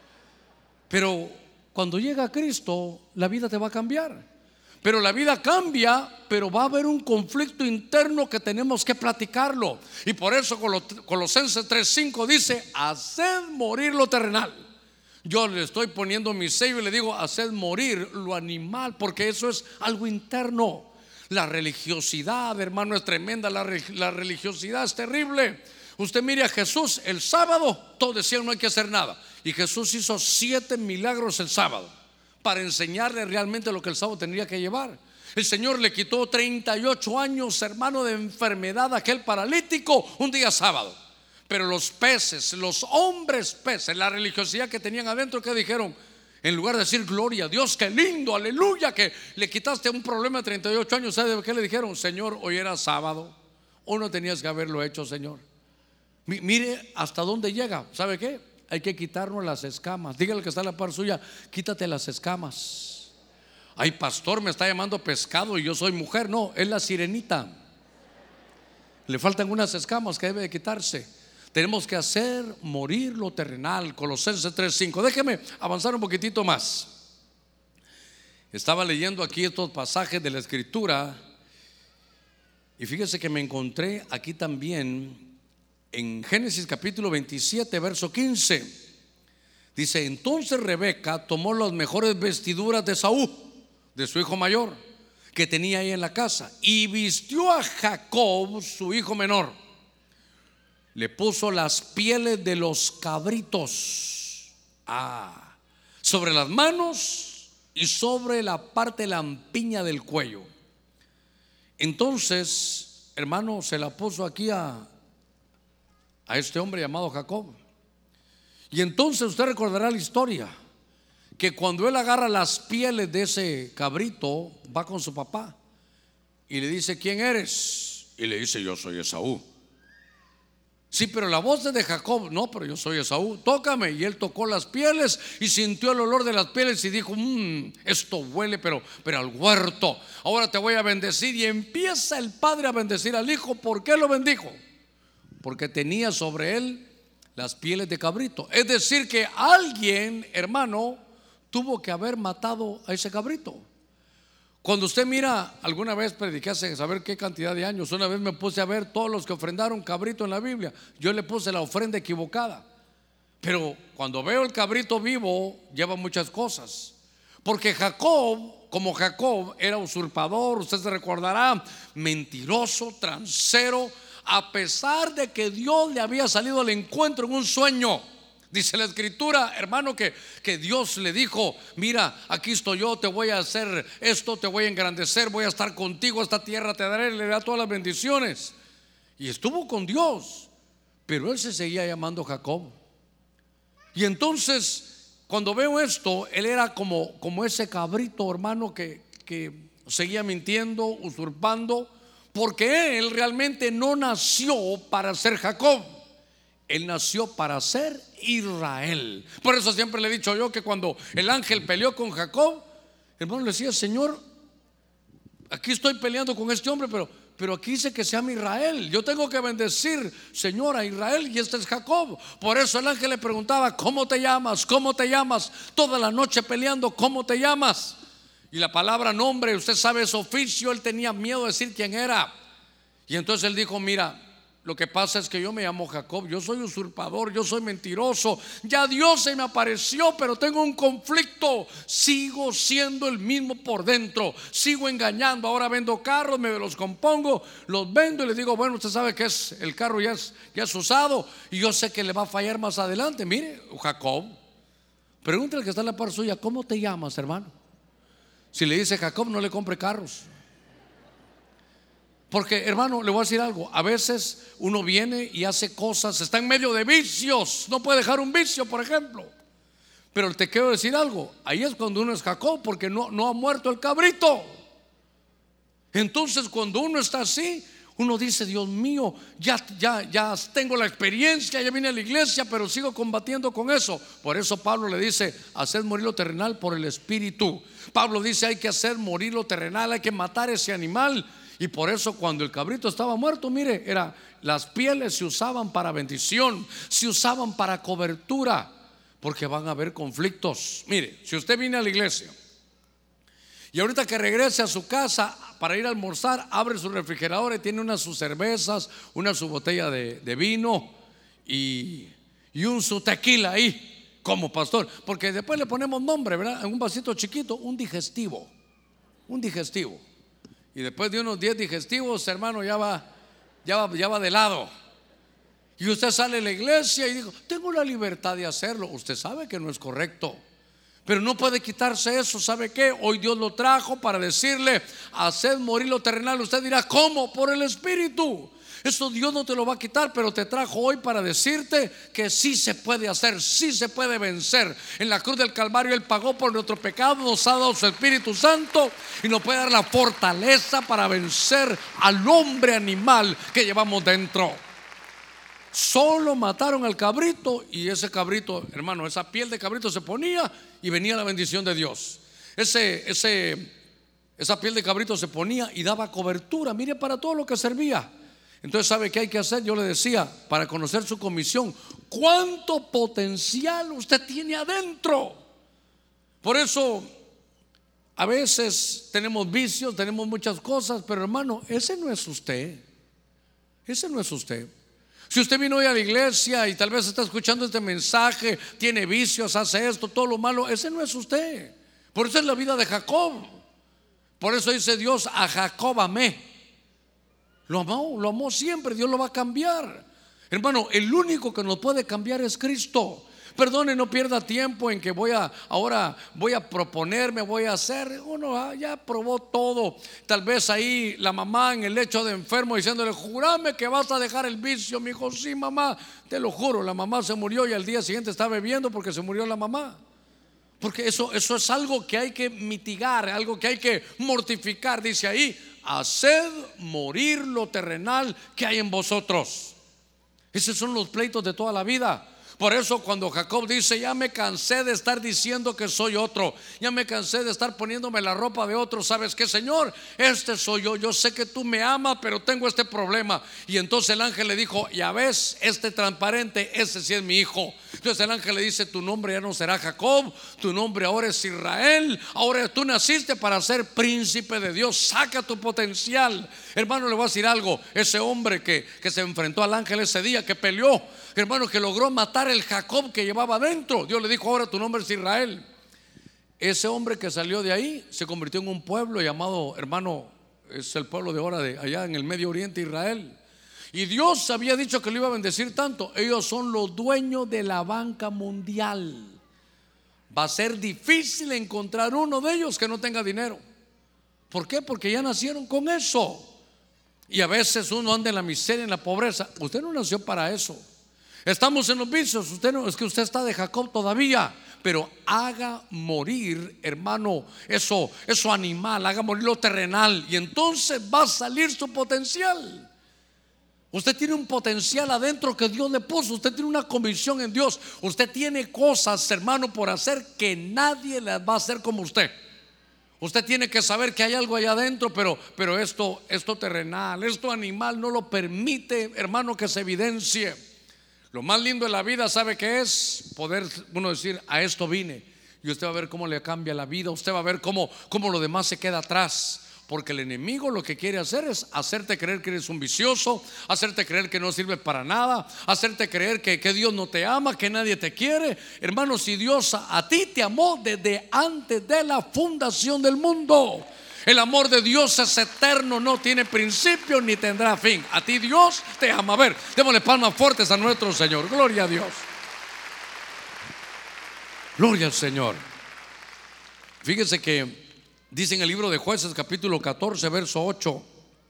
[SPEAKER 1] Pero cuando llega Cristo, la vida te va a cambiar. Pero la vida cambia, pero va a haber un conflicto interno que tenemos que platicarlo. Y por eso Colosenses 3:5 dice: haced morir lo terrenal. Yo le estoy poniendo mi sello y le digo: haced morir lo animal, porque eso es algo interno. La religiosidad, hermano, es tremenda. La religiosidad es terrible. Usted mire a Jesús el sábado, todos decían: no hay que hacer nada. Y Jesús hizo 7 milagros el sábado para enseñarle realmente lo que el sábado tendría que llevar. El Señor le quitó 38 años, hermano, de enfermedad a aquel paralítico un día sábado. Pero los peces, los hombres peces, la religiosidad que tenían adentro, ¿qué dijeron? En lugar de decir: gloria a Dios, qué lindo, aleluya, que le quitaste un problema de 38 años, ¿sabe qué le dijeron? Señor, hoy era sábado, o no tenías que haberlo hecho, Señor. Mire hasta dónde llega. ¿Sabe qué? Hay que quitarnos las escamas. Dígale que está a la par suya: quítate las escamas. Ay, pastor, me está llamando pescado y yo soy mujer. No, es la sirenita. Le faltan unas escamas que debe de quitarse. Tenemos que hacer morir lo terrenal. Colosenses 3:5. Déjeme avanzar un poquitito más. Estaba leyendo aquí estos pasajes de la Escritura y fíjese que me encontré aquí también en Génesis capítulo 27, verso 15. Dice, entonces Rebeca tomó las mejores vestiduras de Esaú, de su hijo mayor, que tenía ahí en la casa, y vistió a Jacob, su hijo menor. Le puso las pieles de los cabritos sobre las manos y sobre la parte lampiña del cuello. Entonces, hermano, se la puso aquí a este hombre llamado Jacob. Y entonces usted recordará la historia, que cuando él agarra las pieles de ese cabrito, va con su papá y le dice, ¿quién eres? Y le dice, yo soy Esaú. Sí, pero la voz es de Jacob. No, pero yo soy Esaú, tócame. Y él tocó las pieles y sintió el olor de las pieles y dijo, esto huele pero al huerto. Ahora te voy a bendecir. Y empieza el padre a bendecir al hijo. ¿Por qué lo bendijo? Porque tenía sobre él las pieles de cabrito. Es decir que alguien, hermano, tuvo que haber matado a ese cabrito. Cuando usted mira, alguna vez prediqué hace saber qué cantidad de años, una vez me puse a ver todos los que ofrendaron cabrito en la Biblia. Yo le puse la ofrenda equivocada, pero cuando veo el cabrito vivo lleva muchas cosas. Porque Jacob, como Jacob era usurpador, usted se recordará, mentiroso, transero, a pesar de que Dios le había salido al encuentro en un sueño. Dice la escritura, hermano, que Dios le dijo, mira, aquí estoy yo, te voy a hacer esto, te voy a engrandecer, voy a estar contigo, esta tierra te daré, le da todas las bendiciones. Y estuvo con Dios, pero él se seguía llamando Jacob. Y entonces, cuando veo esto, él era como ese cabrito, hermano, que seguía mintiendo, usurpando, porque él realmente no nació para ser Jacob. Él nació para ser Israel. Por eso siempre le he dicho yo que cuando el ángel peleó con Jacob, hermano, le decía, Señor, aquí estoy peleando con este hombre, pero aquí dice que se llama Israel. Yo tengo que bendecir, Señor, a Israel, y este es Jacob. Por eso el ángel le preguntaba, ¿cómo te llamas? ¿Cómo te llamas? Toda la noche peleando, ¿cómo te llamas? Y la palabra nombre, usted sabe, es oficio. Él tenía miedo de decir quién era. Y entonces él dijo, mira, lo que pasa es que yo me llamo Jacob, yo soy usurpador, yo soy mentiroso. Ya Dios se me apareció, pero tengo un conflicto. Sigo siendo el mismo por dentro, sigo engañando. Ahora vendo carros, me los compongo, los vendo y les digo, bueno, usted sabe que el carro ya es usado y yo sé que le va a fallar más adelante. Mire, Jacob, pregúntale al que está en la par suya, ¿cómo te llamas, hermano? Si le dice Jacob, no le compre carros. Porque, hermano, le voy a decir algo. A veces uno viene y hace cosas, está en medio de vicios, no puede dejar un vicio, por ejemplo. Pero te quiero decir algo, ahí es cuando uno es Jacob, porque no ha muerto el cabrito. Entonces cuando uno está así, uno dice, Dios mío, ya tengo la experiencia, ya vine a la iglesia, pero sigo combatiendo con eso. Por eso Pablo le dice, haced morir lo terrenal por el espíritu. Pablo dice, hay que hacer morir lo terrenal, hay que matar ese animal. Y por eso cuando el cabrito estaba muerto, mire, las pieles se usaban para bendición, se usaban para cobertura, porque van a haber conflictos. Mire, si usted viene a la iglesia y ahorita que regrese a su casa para ir a almorzar, abre su refrigerador y tiene sus cervezas, su botella de vino y su tequila ahí, como pastor, porque después le ponemos nombre, ¿verdad? En un vasito chiquito, un digestivo. Y después de unos 10 digestivos, hermano, ya va de lado. Y usted sale de la iglesia y dijo, tengo la libertad de hacerlo. Usted sabe que no es correcto, pero no puede quitarse eso. ¿Sabe qué? Hoy Dios lo trajo para decirle, haced morir lo terrenal. Usted dirá, ¿cómo? Por el Espíritu. Eso Dios no te lo va a quitar, pero te trajo hoy para decirte que sí se puede hacer, sí se puede vencer. En la cruz del Calvario Él pagó por nuestro pecado, nos ha dado su Espíritu Santo y nos puede dar la fortaleza para vencer al hombre animal que llevamos dentro. Solo mataron al cabrito y ese cabrito, hermano, esa piel de cabrito se ponía y venía la bendición de Dios. Esa piel de cabrito se ponía y daba cobertura, mire, para todo lo que servía. Entonces, ¿sabe qué hay que hacer? Yo le decía, para conocer su comisión, ¿cuánto potencial usted tiene adentro? Por eso, a veces tenemos vicios, tenemos muchas cosas, pero hermano, ese no es usted. Ese no es usted. Si usted vino hoy a la iglesia y tal vez está escuchando este mensaje, tiene vicios, hace esto, todo lo malo, ese no es usted. Por eso es la vida de Jacob. Por eso dice Dios: a Jacob amé. Lo amó siempre. Dios lo va a cambiar. Hermano, el único que nos puede cambiar es Cristo. Perdone, no pierda tiempo en que ahora voy a proponerme, voy a hacer. Uno ya probó todo. Tal vez ahí la mamá en el lecho de enfermo diciéndole: júrame que vas a dejar el vicio. Mi hijo: sí, mamá, te lo juro. La mamá se murió y al día siguiente está bebiendo porque se murió la mamá. Porque eso es algo que hay que mitigar, algo que hay que mortificar. Dice ahí: haced morir lo terrenal que hay en vosotros. Esos son los pleitos de toda la vida. Por eso cuando Jacob dice: ya me cansé de estar diciendo que soy otro, ya me cansé de estar poniéndome la ropa de otro. ¿Sabes qué, Señor? Este soy yo. Yo sé que tú me amas, pero tengo este problema. Y entonces el ángel le dijo: ya ves, este transparente, ese sí es mi hijo. Entonces el ángel le dice: tu nombre ya no será Jacob, tu nombre ahora es Israel. Ahora tú naciste para ser príncipe de Dios. Saca tu potencial. Hermano, le voy a decir algo. Ese hombre que se enfrentó al ángel ese día, que peleó, hermano, que logró matar el Jacob que llevaba adentro, Dios le dijo: ahora tu nombre es Israel. Ese hombre que salió de ahí se convirtió en un pueblo llamado, hermano, es el pueblo de ahora de allá en el Medio Oriente, Israel. Y Dios había dicho que lo iba a bendecir tanto. Ellos son los dueños de la banca mundial. Va a ser difícil encontrar uno de ellos que no tenga dinero. ¿Por qué? Porque ya nacieron con eso. Y a veces uno anda en la miseria, en la pobreza. Usted no nació para eso. Estamos en los vicios. Usted no, es que usted está de Jacob todavía. Pero haga morir, hermano, eso animal, haga morir lo terrenal, y entonces va a salir su potencial. Usted tiene un potencial adentro que Dios le puso. Usted tiene una convicción en Dios. Usted tiene cosas, hermano, por hacer que nadie las va a hacer como usted. Usted tiene que saber que hay algo allá adentro, pero esto terrenal, esto animal no lo permite, hermano, que se evidencie. Lo más lindo de la vida, ¿sabe qué es? Poder uno decir: a esto vine. Y usted va a ver cómo le cambia la vida. Usted va a ver cómo lo demás se queda atrás. Porque el enemigo lo que quiere hacer es hacerte creer que eres un vicioso, hacerte creer que no sirves para nada, hacerte creer que Dios no te ama, que nadie te quiere. Hermano, si Dios a ti te amó desde antes de la fundación del mundo. El amor de Dios es eterno, no tiene principio ni tendrá fin. A ti Dios te ama. A ver, démosle palmas fuertes a nuestro Señor. Gloria a Dios. Gloria al Señor. Fíjese que dice en el libro de Jueces, capítulo 14, verso 8: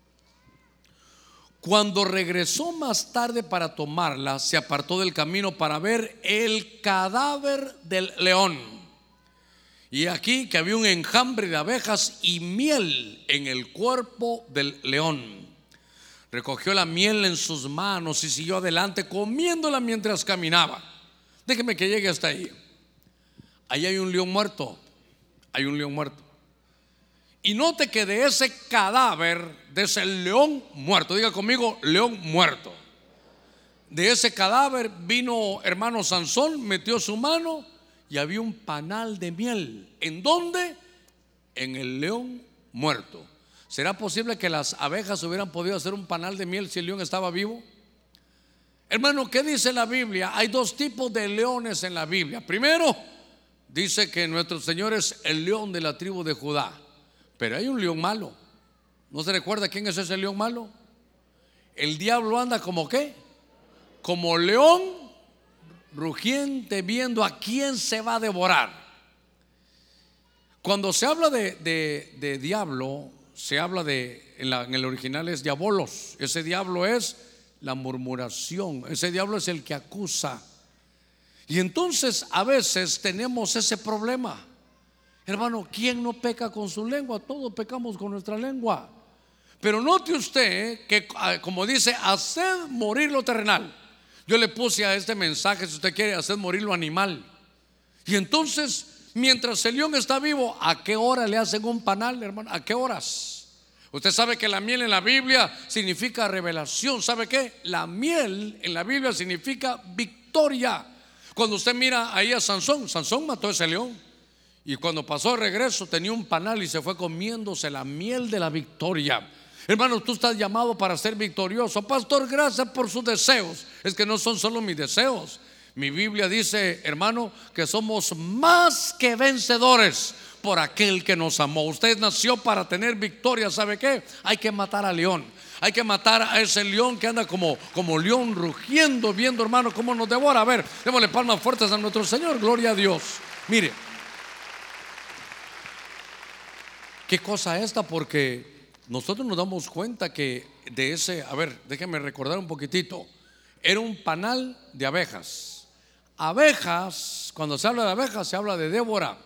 [SPEAKER 1] cuando regresó más tarde para tomarla, se apartó del camino para ver el cadáver del león. Y aquí que había un enjambre de abejas y miel en el cuerpo del león. Recogió la miel en sus manos y siguió adelante comiéndola mientras caminaba. Déjeme que llegue hasta ahí. Ahí hay un león muerto. Hay un león muerto. Y note que de ese cadáver, de ese león muerto, diga conmigo: león muerto. De ese cadáver vino, hermano, Sansón, metió su mano y había un panal de miel. ¿En dónde? En el león muerto. ¿Será posible que las abejas hubieran podido hacer un panal de miel si el león estaba vivo? Hermano, ¿qué dice la Biblia? Hay dos tipos de leones en la Biblia. Primero, dice que nuestro Señor es el león de la tribu de Judá. Pero hay un león malo. ¿No se recuerda quién es ese león malo? El diablo anda como ¿qué? Como león rugiente, viendo a quién se va a devorar. Cuando se habla de diablo, se habla en el original es diabolos. Ese diablo es la murmuración. Ese diablo es el que acusa. Y entonces a veces tenemos ese problema. Hermano, ¿quién no peca con su lengua? Todos pecamos con nuestra lengua. Pero note usted que, como dice, haced morir lo terrenal. Yo le puse a este mensaje, si usted quiere, hacer morir lo animal. Y entonces, mientras el león está vivo, ¿a qué hora le hacen un panal, hermano? ¿A qué horas? Usted sabe que la miel en la Biblia significa revelación. ¿Sabe qué? La miel en la Biblia significa victoria. Cuando usted mira ahí a Sansón, Sansón mató a ese león. Y cuando pasó de regreso tenía un panal y se fue comiéndose la miel de la victoria. Hermano, tú estás llamado para ser victorioso. Pastor, gracias por sus deseos. Es que no son solo mis deseos. Mi Biblia dice, hermano, que somos más que vencedores por aquel que nos amó. Usted nació para tener victoria. ¿Sabe qué? Hay que matar al león. Hay que matar a ese león que anda como león rugiendo, viendo, hermano, cómo nos devora. A ver, démosle palmas fuertes a nuestro Señor. Gloria a Dios. Mire, qué cosa esta, porque nosotros nos damos cuenta que de ese, a ver, déjenme recordar un poquitito. Era un panal de abejas. Abejas, cuando se habla de abejas, se habla de Débora.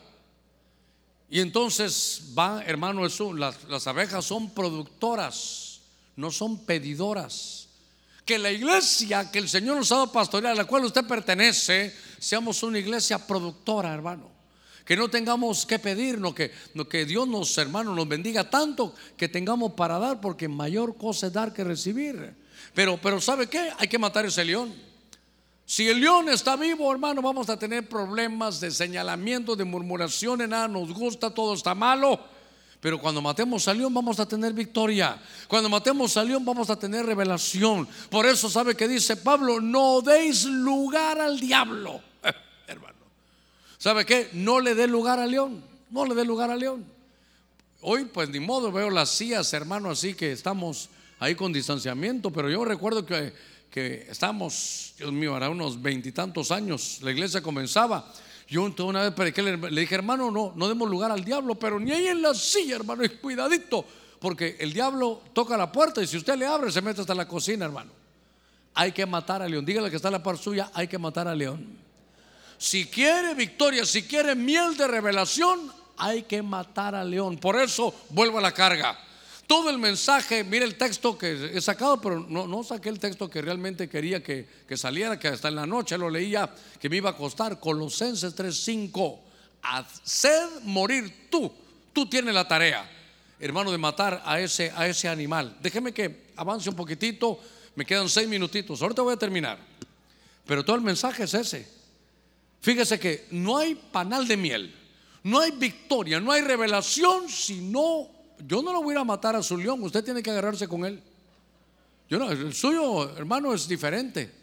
[SPEAKER 1] Y entonces va, hermano, eso, las abejas son productoras, no son pedidoras. Que la iglesia que el Señor nos ha dado pastorear, a la cual usted pertenece, seamos una iglesia productora, hermano. Que no tengamos que pedir, no que Dios nos, hermano, nos bendiga tanto que tengamos para dar, porque mayor cosa es dar que recibir. Pero ¿sabe qué? Hay que matar ese león. Si el león está vivo, hermano, vamos a tener problemas de señalamiento, de murmuraciones, nada nos gusta, todo está malo. Pero cuando matemos al león vamos a tener victoria. Cuando matemos al león vamos a tener revelación. Por eso, ¿sabe qué dice Pablo? No deis lugar al diablo. Hermano, ¿sabe qué? No le dé lugar al león. No le dé lugar al león. Hoy pues ni modo, veo las sillas, hermano, así que estamos ahí con distanciamiento. Pero yo recuerdo que estamos, Dios mío, hará unos 20 y tantos años, la iglesia comenzaba. Yo una vez prediqué, le dije, hermano, no demos lugar al diablo, pero ni ahí en la silla, hermano, y cuidadito, porque el diablo toca la puerta y si usted le abre se mete hasta la cocina, hermano. Hay que matar al león. Dígale que está a la par suya, hay que matar al león. Si quiere victoria, si quiere miel de revelación, hay que matar al león. Por eso vuelvo a la carga. Todo el mensaje, mire el texto que he sacado, pero no saqué el texto que realmente quería que saliera, que hasta en la noche lo leía, que me iba a costar. Colosenses 3:5. Haced morir tú tienes la tarea, hermano, de matar a ese animal. Déjeme que avance un poquitito, me quedan 6 minutitos, ahorita voy a terminar. Pero todo el mensaje es ese. Fíjese que no hay panal de miel, no hay victoria, no hay revelación, sino yo no lo voy a ir a matar a su león. Usted tiene que agarrarse con él. Yo no, el suyo, hermano, es diferente.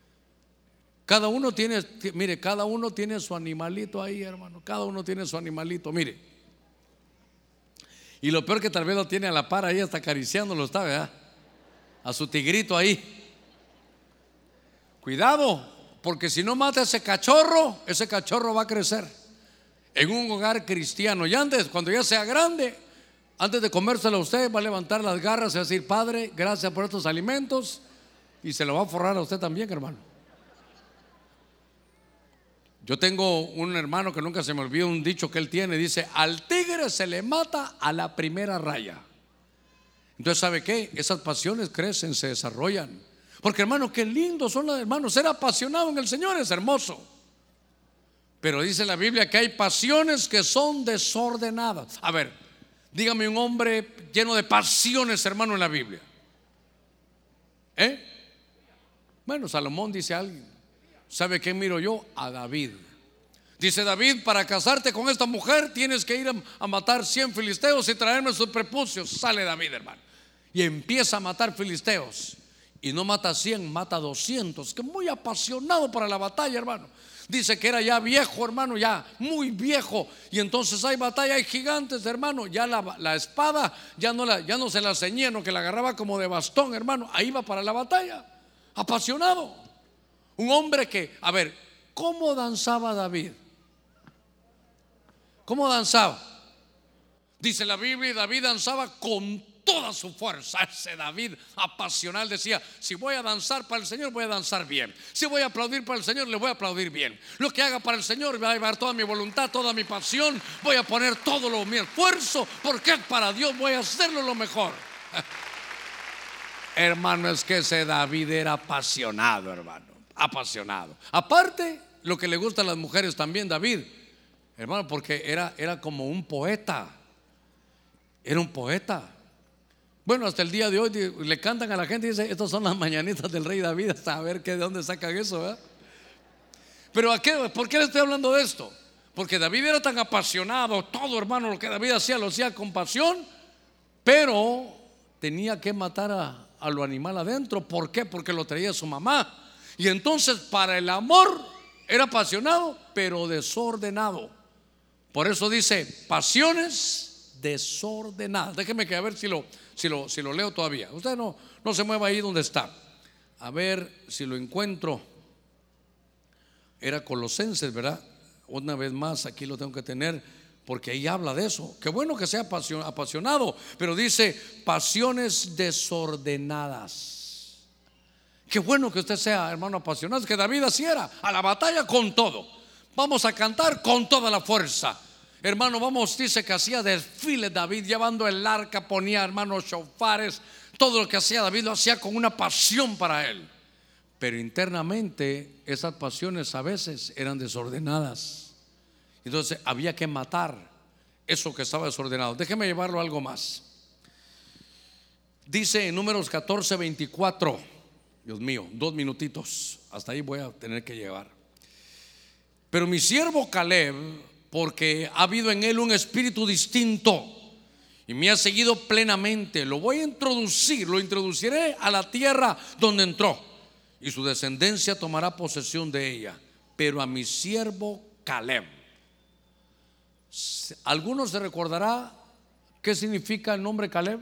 [SPEAKER 1] Cada uno tiene, mire, cada uno tiene su animalito ahí, hermano. Cada uno tiene su animalito, mire. Y lo peor que tal vez lo tiene a la par ahí, hasta acariciándolo está, ¿verdad? A su tigrito ahí. Cuidado, porque si no mata a ese cachorro va a crecer en un hogar cristiano. Y antes, cuando ya sea grande, antes de comérselo a usted, va a levantar las garras y va a decir: Padre, gracias por estos alimentos. Y se lo va a forrar a usted también, hermano. Yo tengo un hermano que nunca se me olvida un dicho que él tiene. Dice: al tigre se le mata a la primera raya. Entonces, ¿sabe qué? Esas pasiones crecen, se desarrollan. Porque, hermano, qué lindo son los hermanos. Ser apasionado en el Señor es hermoso. Pero dice la Biblia que hay pasiones que son desordenadas. A ver, dígame un hombre lleno de pasiones, hermano, en la Biblia. Bueno, Salomón dice a alguien. ¿Sabe qué miro yo? A David. Dice David: para casarte con esta mujer tienes que ir a matar 100 filisteos y traerme sus prepucios. Sale David, hermano, y empieza a matar filisteos. Y no mata 100, mata 200. Que muy apasionado para la batalla, hermano. Dice que era ya viejo, hermano, ya muy viejo. Y entonces hay batalla, hay gigantes, hermano. Ya la espada ya no se la ceñía, no, que la agarraba como de bastón, hermano. Ahí va para la batalla, apasionado. Un hombre que, a ver, ¿cómo danzaba David? ¿Cómo danzaba? Dice la Biblia, David danzaba con toda su fuerza. Ese David apasional decía: si voy a danzar para el Señor, voy a danzar bien. Si voy a aplaudir para el Señor, le voy a aplaudir bien. Lo que haga para el Señor, voy a llevar toda mi voluntad, toda mi pasión. Voy a poner todo mi esfuerzo, porque para Dios voy a hacerlo lo mejor. Hermano, es que ese David era apasionado, hermano, apasionado. Aparte, lo que le gusta a las mujeres también, David, hermano, porque era como un poeta. Era un poeta. Bueno, hasta el día de hoy le cantan a la gente y dicen: estas son las mañanitas del rey David. Hasta a ver de dónde sacan eso, ¿verdad? Pero ¿por qué le estoy hablando de esto? Porque David era tan apasionado. Todo, hermano, lo que David hacía lo hacía con pasión. Pero tenía que matar a lo animal adentro. ¿Por qué? Porque lo traía su mamá. Y entonces para el amor era apasionado, pero desordenado. Por eso dice pasiones desordenadas. Déjeme que a ver si lo leo todavía. Usted no se mueva ahí donde está. A ver si lo encuentro. Era Colosenses, ¿verdad? Una vez más aquí lo tengo que tener, porque ahí habla de eso. Qué bueno que sea apasionado, pero dice pasiones desordenadas. Qué bueno que usted sea, hermano, apasionado. Que David así era, a la batalla con todo. Vamos a cantar con toda la fuerza. Hermano, vamos, dice que hacía desfile David, llevando el arca, ponía, hermanos, shofares. Todo lo que hacía David lo hacía con una pasión para él. Pero internamente esas pasiones a veces eran desordenadas. Entonces había que matar eso que estaba desordenado. Déjeme llevarlo a algo más. Dice en Números 14:24. Dios mío, 2 minutitos. Hasta ahí voy a tener que llevar. Pero mi siervo Caleb, porque ha habido en él un espíritu distinto y me ha seguido plenamente, lo voy a introducir, lo introduciré a la tierra donde entró, y su descendencia tomará posesión de ella. Pero a mi siervo Caleb. ¿Alguno se recordará qué significa el nombre Caleb?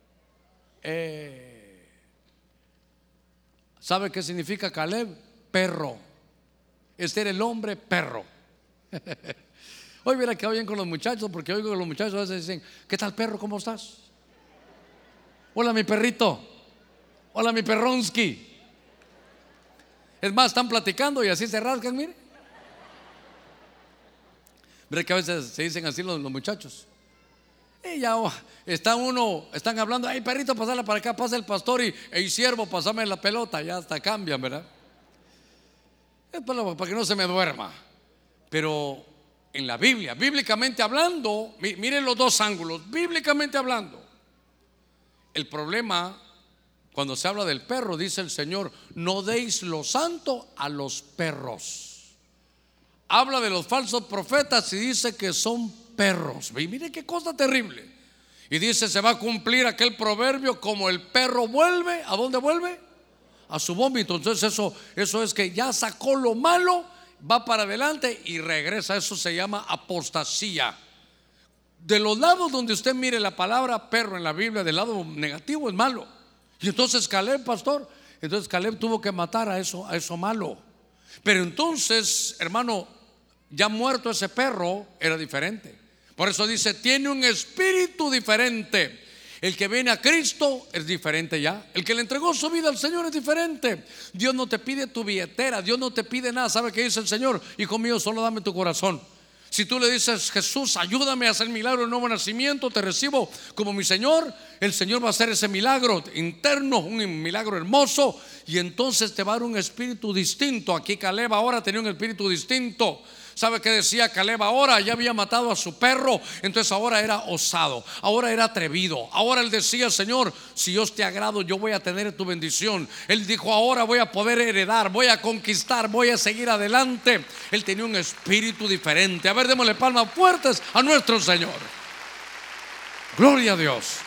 [SPEAKER 1] ¿Sabe qué significa Caleb? Perro. Este era el hombre perro. Hoy mira que oyen con los muchachos, porque oigo que los muchachos a veces dicen: ¿qué tal, perro? ¿Cómo estás? Hola, mi perrito. Hola, mi perronsky. Es más, están platicando y así se rascan, mire. Mira que a veces se dicen así los muchachos. Y ya están hablando: ay, perrito, pasala para acá, pasa el pastor, y siervo, pásame la pelota. Ya hasta cambian, ¿verdad? Es para que no se me duerma. Pero en la Biblia, bíblicamente hablando, miren los dos ángulos. Bíblicamente hablando, el problema, cuando se habla del perro, dice el Señor: no deis lo santo a los perros. Habla de los falsos profetas y dice que son perros. Y mire qué cosa terrible. Y dice: se va a cumplir aquel proverbio, como el perro vuelve. ¿A dónde vuelve? A su vómito. Entonces eso es que ya sacó lo malo, va para adelante y regresa. Eso se llama apostasía. De los lados donde usted mire la palabra perro en la Biblia, del lado negativo es malo. Y entonces Caleb, pastor, entonces Caleb tuvo que matar a eso malo. Pero entonces, hermano, ya muerto ese perro, era diferente. Por eso dice: tiene un espíritu diferente. El que viene a Cristo es diferente ya. El que le entregó su vida al Señor es diferente. Dios no te pide tu billetera, Dios no te pide nada. ¿Sabe qué dice el Señor? Hijo mío, solo dame tu corazón. Si tú le dices: Jesús, ayúdame a hacer milagro de nuevo nacimiento, te recibo como mi Señor, el Señor va a hacer ese milagro interno, un milagro hermoso, y entonces te va a dar un espíritu distinto. Aquí Caleb ahora tenía un espíritu distinto. ¿Sabe qué decía Caleb ahora? Ya había matado a su perro, entonces ahora era osado, ahora era atrevido. Ahora él decía: Señor, si yo te agrado, yo voy a tener tu bendición. Él dijo: ahora voy a poder heredar, voy a conquistar, voy a seguir adelante. Él tenía un espíritu diferente. A ver, démosle palmas fuertes a nuestro Señor. Gloria a Dios.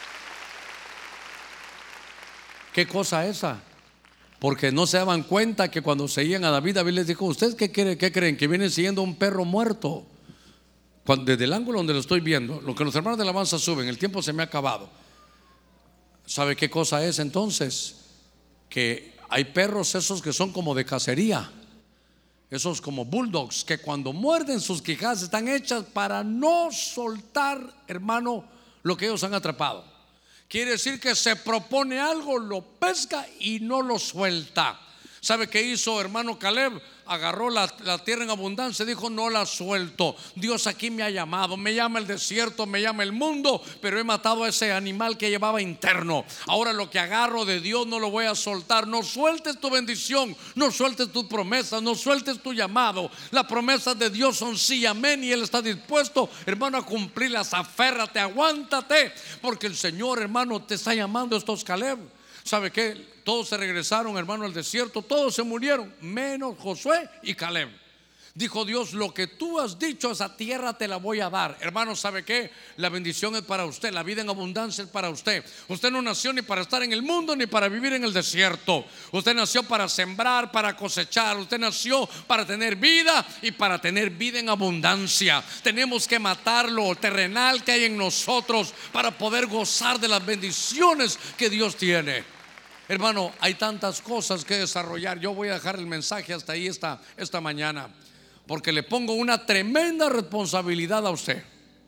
[SPEAKER 1] ¿Qué cosa esa? Porque no se daban cuenta que cuando seguían a David, David les dijo: ¿ustedes qué creen? Que vienen siguiendo un perro muerto. Desde el ángulo donde lo estoy viendo, lo que los hermanos de la alabanza suben, el tiempo se me ha acabado. ¿Sabe qué cosa es entonces? Que hay perros esos que son como de cacería, esos como bulldogs, que cuando muerden, sus quijadas están hechas para no soltar, hermano, lo que ellos han atrapado. Quiere decir que se propone algo, lo pesca y no lo suelta. ¿Sabe qué hizo, hermano Caleb? Agarró la tierra en abundancia y dijo: no la suelto. Dios aquí me ha llamado, me llama el desierto, me llama el mundo, pero he matado a ese animal que llevaba interno. Ahora lo que agarro de Dios no lo voy a soltar. No sueltes tu bendición, no sueltes tus promesas, no sueltes tu llamado. Las promesas de Dios son sí, amén, y Él está dispuesto, hermano, a cumplirlas. Aférrate, aguántate, porque el Señor, hermano, te está llamando. Estos Caleb, ¿sabe qué? Todos se regresaron, hermano, al desierto. Todos se murieron, menos Josué y Caleb. Dijo Dios: lo que tú has dicho, esa tierra te la voy a dar. Hermano, ¿sabe qué? La bendición es para usted, la vida en abundancia es para usted. Usted no nació ni para estar en el mundo ni para vivir en el desierto. Usted nació para sembrar, para cosechar. Usted nació para tener vida y para tener vida en abundancia. Tenemos que matar lo terrenal que hay en nosotros para poder gozar de las bendiciones que Dios tiene. Hermano, hay tantas cosas que desarrollar. Yo voy a dejar el mensaje hasta ahí esta mañana, porque le pongo una tremenda responsabilidad a usted.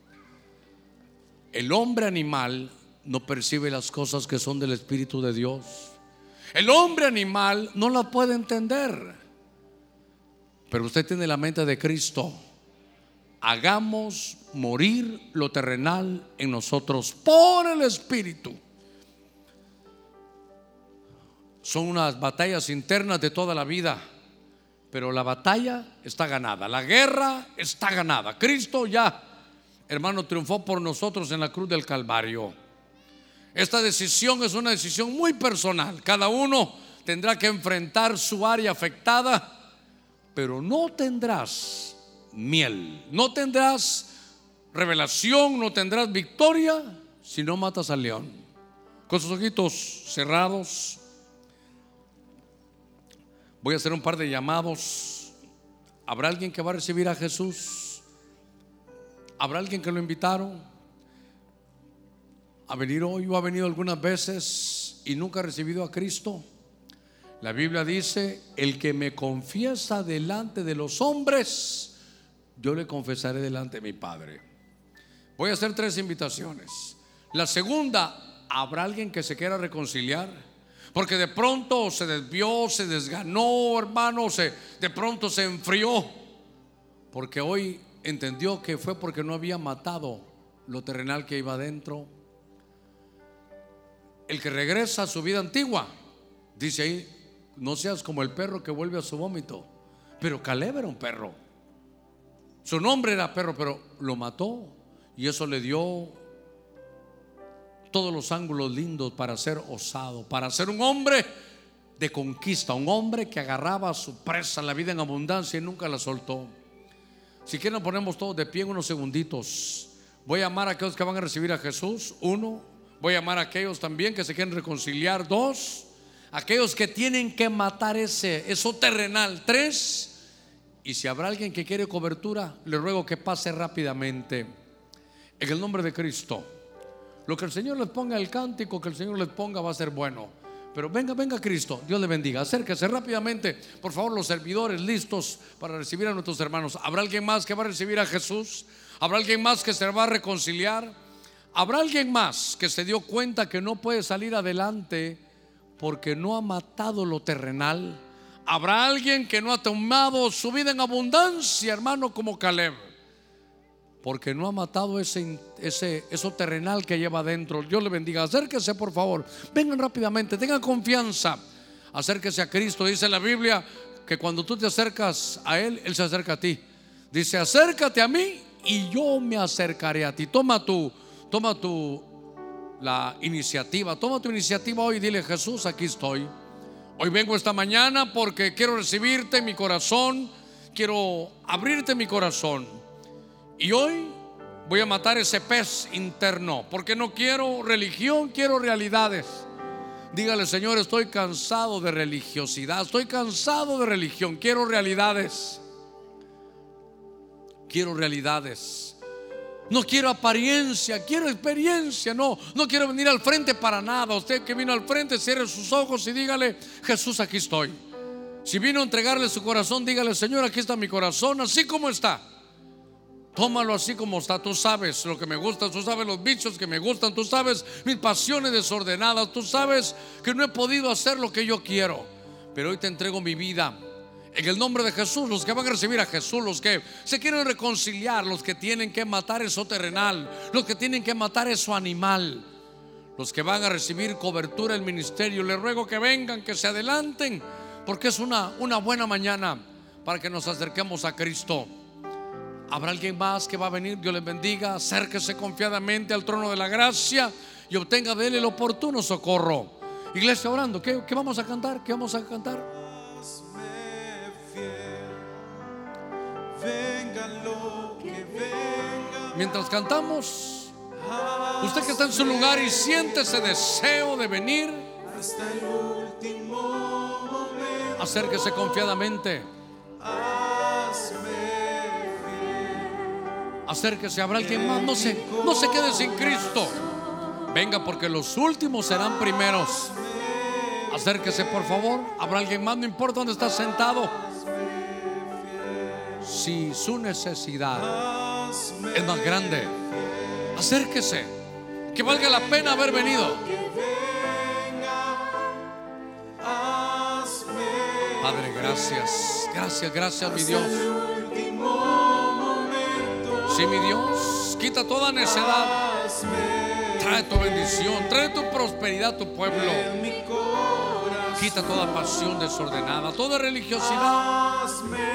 [SPEAKER 1] El hombre animal no percibe las cosas que son del Espíritu de Dios. El hombre animal no las puede entender. Pero usted tiene la mente de Cristo. Hagamos morir lo terrenal en nosotros por el Espíritu. Son unas batallas internas de toda la vida, pero la batalla está ganada, la guerra está ganada. Cristo ya, hermano, triunfó por nosotros en la cruz del Calvario. Esta decisión es una decisión muy personal. Cada uno tendrá que enfrentar su área afectada, pero no tendrás miel, no tendrás revelación, no tendrás victoria si no matas al león. Con sus ojitos cerrados, voy a hacer un par de llamados. ¿Habrá alguien que va a recibir a Jesús? ¿Habrá alguien que lo invitaron a venir hoy o ha venido algunas veces y nunca ha recibido a Cristo? La Biblia dice: el que me confiesa delante de los hombres, yo le confesaré delante de mi Padre. Voy a hacer 3 invitaciones. La segunda, ¿habrá alguien que se quiera reconciliar? Porque de pronto se desvió, se desganó, hermano, de pronto se enfrió, porque hoy entendió que fue porque no había matado lo terrenal que iba adentro. El que regresa a su vida antigua, dice ahí: no seas como el perro que vuelve a su vómito. Pero Caleb era un perro, su nombre era perro, pero lo mató, y eso le dio todos los ángulos lindos para ser osado, para ser un hombre de conquista, un hombre que agarraba a su presa, la vida en abundancia, y nunca la soltó. Si quieren, ponemos todos de pie en unos segunditos. Voy a llamar a aquellos que van a recibir a Jesús, 1. Voy a llamar a aquellos también que se quieren reconciliar, 2. Aquellos que tienen que matar eso terrenal, 3. Y si habrá alguien que quiere cobertura, le ruego que pase rápidamente en el nombre de Cristo. Lo que el Señor les ponga, el cántico que el Señor les ponga va a ser bueno. Pero venga Cristo, Dios le bendiga. Acérquese rápidamente, por favor, los servidores listos para recibir a nuestros hermanos. ¿Habrá alguien más que va a recibir a Jesús? ¿Habrá alguien más que se va a reconciliar? ¿Habrá alguien más que se dio cuenta que no puede salir adelante porque no ha matado lo terrenal? ¿Habrá alguien que no ha tomado su vida en abundancia, hermano, como Caleb, porque no ha matado eso terrenal que lleva adentro? Dios le bendiga. Acérquese, por favor. Vengan rápidamente, tengan confianza. Acérquese a Cristo. Dice la Biblia que cuando tú te acercas a Él, Él se acerca a ti. Dice: acércate a mí y yo me acercaré a ti. Toma la iniciativa. Toma tu iniciativa hoy y dile: Jesús, aquí estoy. Hoy vengo esta mañana porque quiero recibirte en mi corazón. Quiero abrirte mi corazón. Y hoy voy a matar ese pez interno, porque no quiero religión, quiero realidades. Dígale: Señor, estoy cansado de religiosidad, estoy cansado de religión, quiero realidades. Quiero realidades. No quiero apariencia, quiero experiencia. No quiero venir al frente para nada. Usted que vino al frente, cierre sus ojos y dígale: Jesús, aquí estoy. Si vino a entregarle su corazón, dígale: Señor, aquí está mi corazón, así como está. Tómalo así como está. Tú sabes lo que me gusta, tú sabes los vicios que me gustan, tú sabes mis pasiones desordenadas, tú sabes que no he podido hacer lo que yo quiero, pero hoy te entrego mi vida. En el nombre de Jesús, los que van a recibir a Jesús, los que se quieren reconciliar, los que tienen que matar eso terrenal, los que tienen que matar eso animal, los que van a recibir cobertura del ministerio, les ruego que vengan, que se adelanten, porque es una buena mañana para que nos acerquemos a Cristo. ¿Habrá alguien más que va a venir? Dios les bendiga. Acérquese confiadamente al trono de la gracia y obtenga de Él el oportuno socorro. Iglesia, orando. ¿Qué vamos a cantar? ¿Qué vamos a cantar?
[SPEAKER 2] venga lo que venga.
[SPEAKER 1] Mientras cantamos, usted que está en su lugar y siente ese deseo de venir,
[SPEAKER 2] Hasta el último momento.
[SPEAKER 1] acérquese confiadamente. Acérquese, habrá alguien más. No se quede sin Cristo. Venga, porque los últimos serán primeros. Acérquese, por favor. Habrá alguien más, no importa dónde está sentado. Si su necesidad es más grande, acérquese. Que valga la pena haber venido. Padre, gracias. Gracias, mi Dios. Sí, mi Dios, quita toda necedad. Trae tu bendición, trae tu prosperidad a tu pueblo. Quita toda pasión desordenada, toda religiosidad.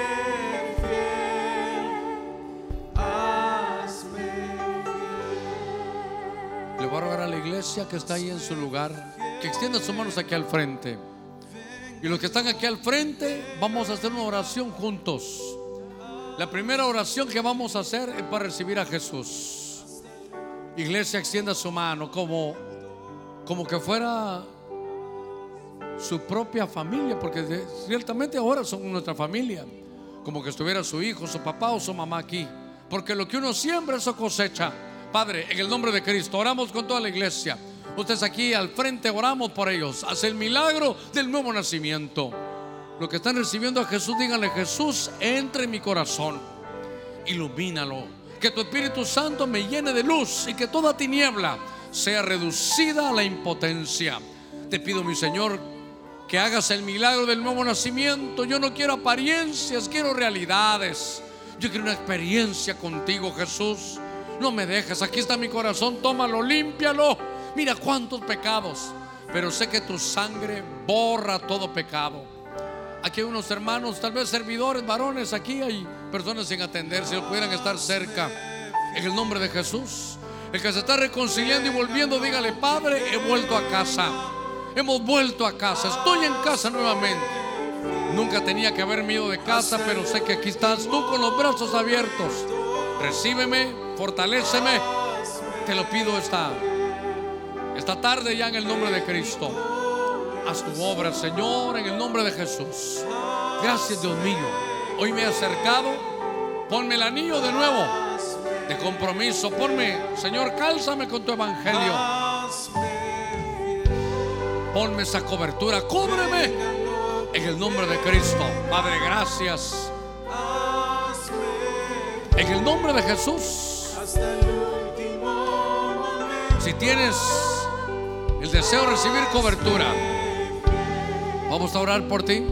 [SPEAKER 1] Le voy a rogar a la iglesia que está ahí en su lugar que extienda sus manos aquí al frente. Y los que están aquí al frente, vamos a hacer una oración juntos. La primera oración que vamos a hacer es para recibir a Jesús. Iglesia, extienda su mano como que fuera su propia familia, porque ciertamente ahora son nuestra familia. Como que estuviera su hijo, su papá o su mamá aquí. Porque lo que uno siembra, eso cosecha. Padre, en el nombre de Cristo, oramos con toda la iglesia. Ustedes aquí al frente, oramos por ellos. Hace el milagro del nuevo nacimiento. Los que están recibiendo a Jesús, díganle: Jesús, entre en mi corazón, ilumínalo, que tu Espíritu Santo me llene de luz y que toda tiniebla sea reducida a la impotencia. Te pido, mi Señor, que hagas el milagro del nuevo nacimiento. Yo no quiero apariencias, quiero realidades. Yo quiero una experiencia contigo, Jesús. No me dejes, aquí está mi corazón, tómalo, límpialo. Mira cuántos pecados, pero sé que tu sangre borra todo pecado. Aquí hay unos hermanos, tal vez servidores, varones. Aquí hay personas sin atender, si pudieran estar cerca. En el nombre de Jesús, el que se está reconciliando y volviendo, dígale: Padre, he vuelto a casa. Hemos vuelto a casa, estoy en casa nuevamente. Nunca tenía que haberme ido de casa, pero sé que aquí estás tú con los brazos abiertos. Recíbeme, fortaléceme. Te lo pido esta tarde ya en el nombre de Cristo. Haz tu obra, Señor, en el nombre de Jesús. Gracias, Dios mío. Hoy me he acercado. Ponme el anillo de nuevo de compromiso. Ponme, Señor, cálzame con tu evangelio. Ponme esa cobertura, cúbreme en el nombre de Cristo. Padre, gracias. En el nombre de Jesús. Si tienes el deseo de recibir cobertura, vamos a orar por ti.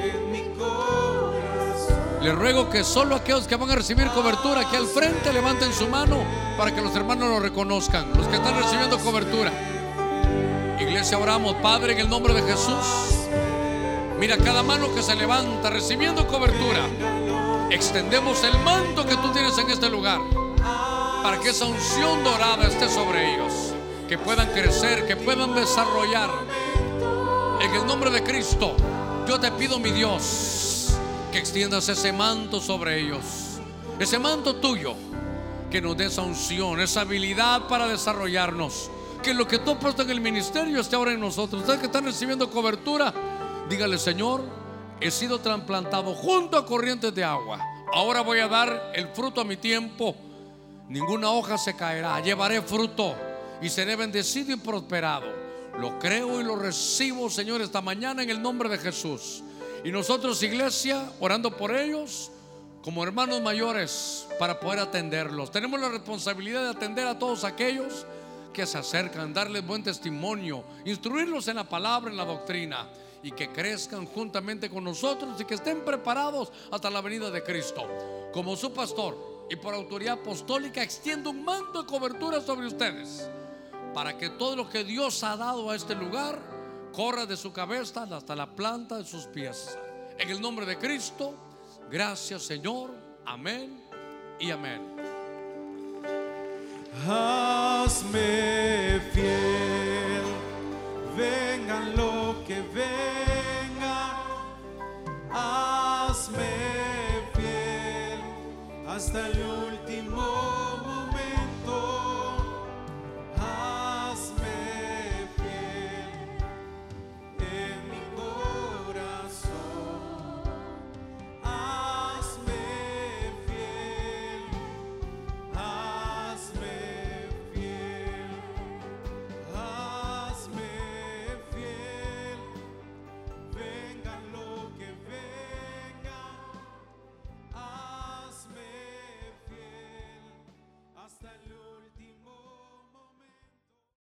[SPEAKER 1] Le ruego que solo aquellos que van a recibir cobertura aquí al frente levanten su mano para que los hermanos lo reconozcan. Los que están recibiendo cobertura. Iglesia, oramos, Padre, en el nombre de Jesús. Mira cada mano que se levanta recibiendo cobertura. Extendemos el manto que tú tienes en este lugar para que esa unción dorada esté sobre ellos, que puedan crecer, que puedan desarrollar. En el nombre de Cristo, yo te pido, mi Dios, que extiendas ese manto sobre ellos, ese manto tuyo, que nos dé esa unción, esa habilidad para desarrollarnos, que lo que tú has puesto en el ministerio esté ahora en nosotros. Ustedes que están recibiendo cobertura, dígale: Señor, he sido trasplantado junto a corrientes de agua. Ahora voy a dar el fruto a mi tiempo. Ninguna hoja se caerá, llevaré fruto y seré bendecido y prosperado. Lo creo y lo recibo, Señor, esta mañana en el nombre de Jesús. Y nosotros, iglesia, orando por ellos como hermanos mayores para poder atenderlos. Tenemos la responsabilidad de atender a todos aquellos que se acercan, darles buen testimonio, instruirlos en la palabra, en la doctrina, y que crezcan juntamente con nosotros y que estén preparados hasta la venida de Cristo. Como su pastor y por autoridad apostólica, extiendo un manto de cobertura sobre ustedes, para que todo lo que Dios ha dado a este lugar corra de su cabeza hasta la planta de sus pies. En el nombre de Cristo, gracias, Señor. Amén y amén.
[SPEAKER 2] Hazme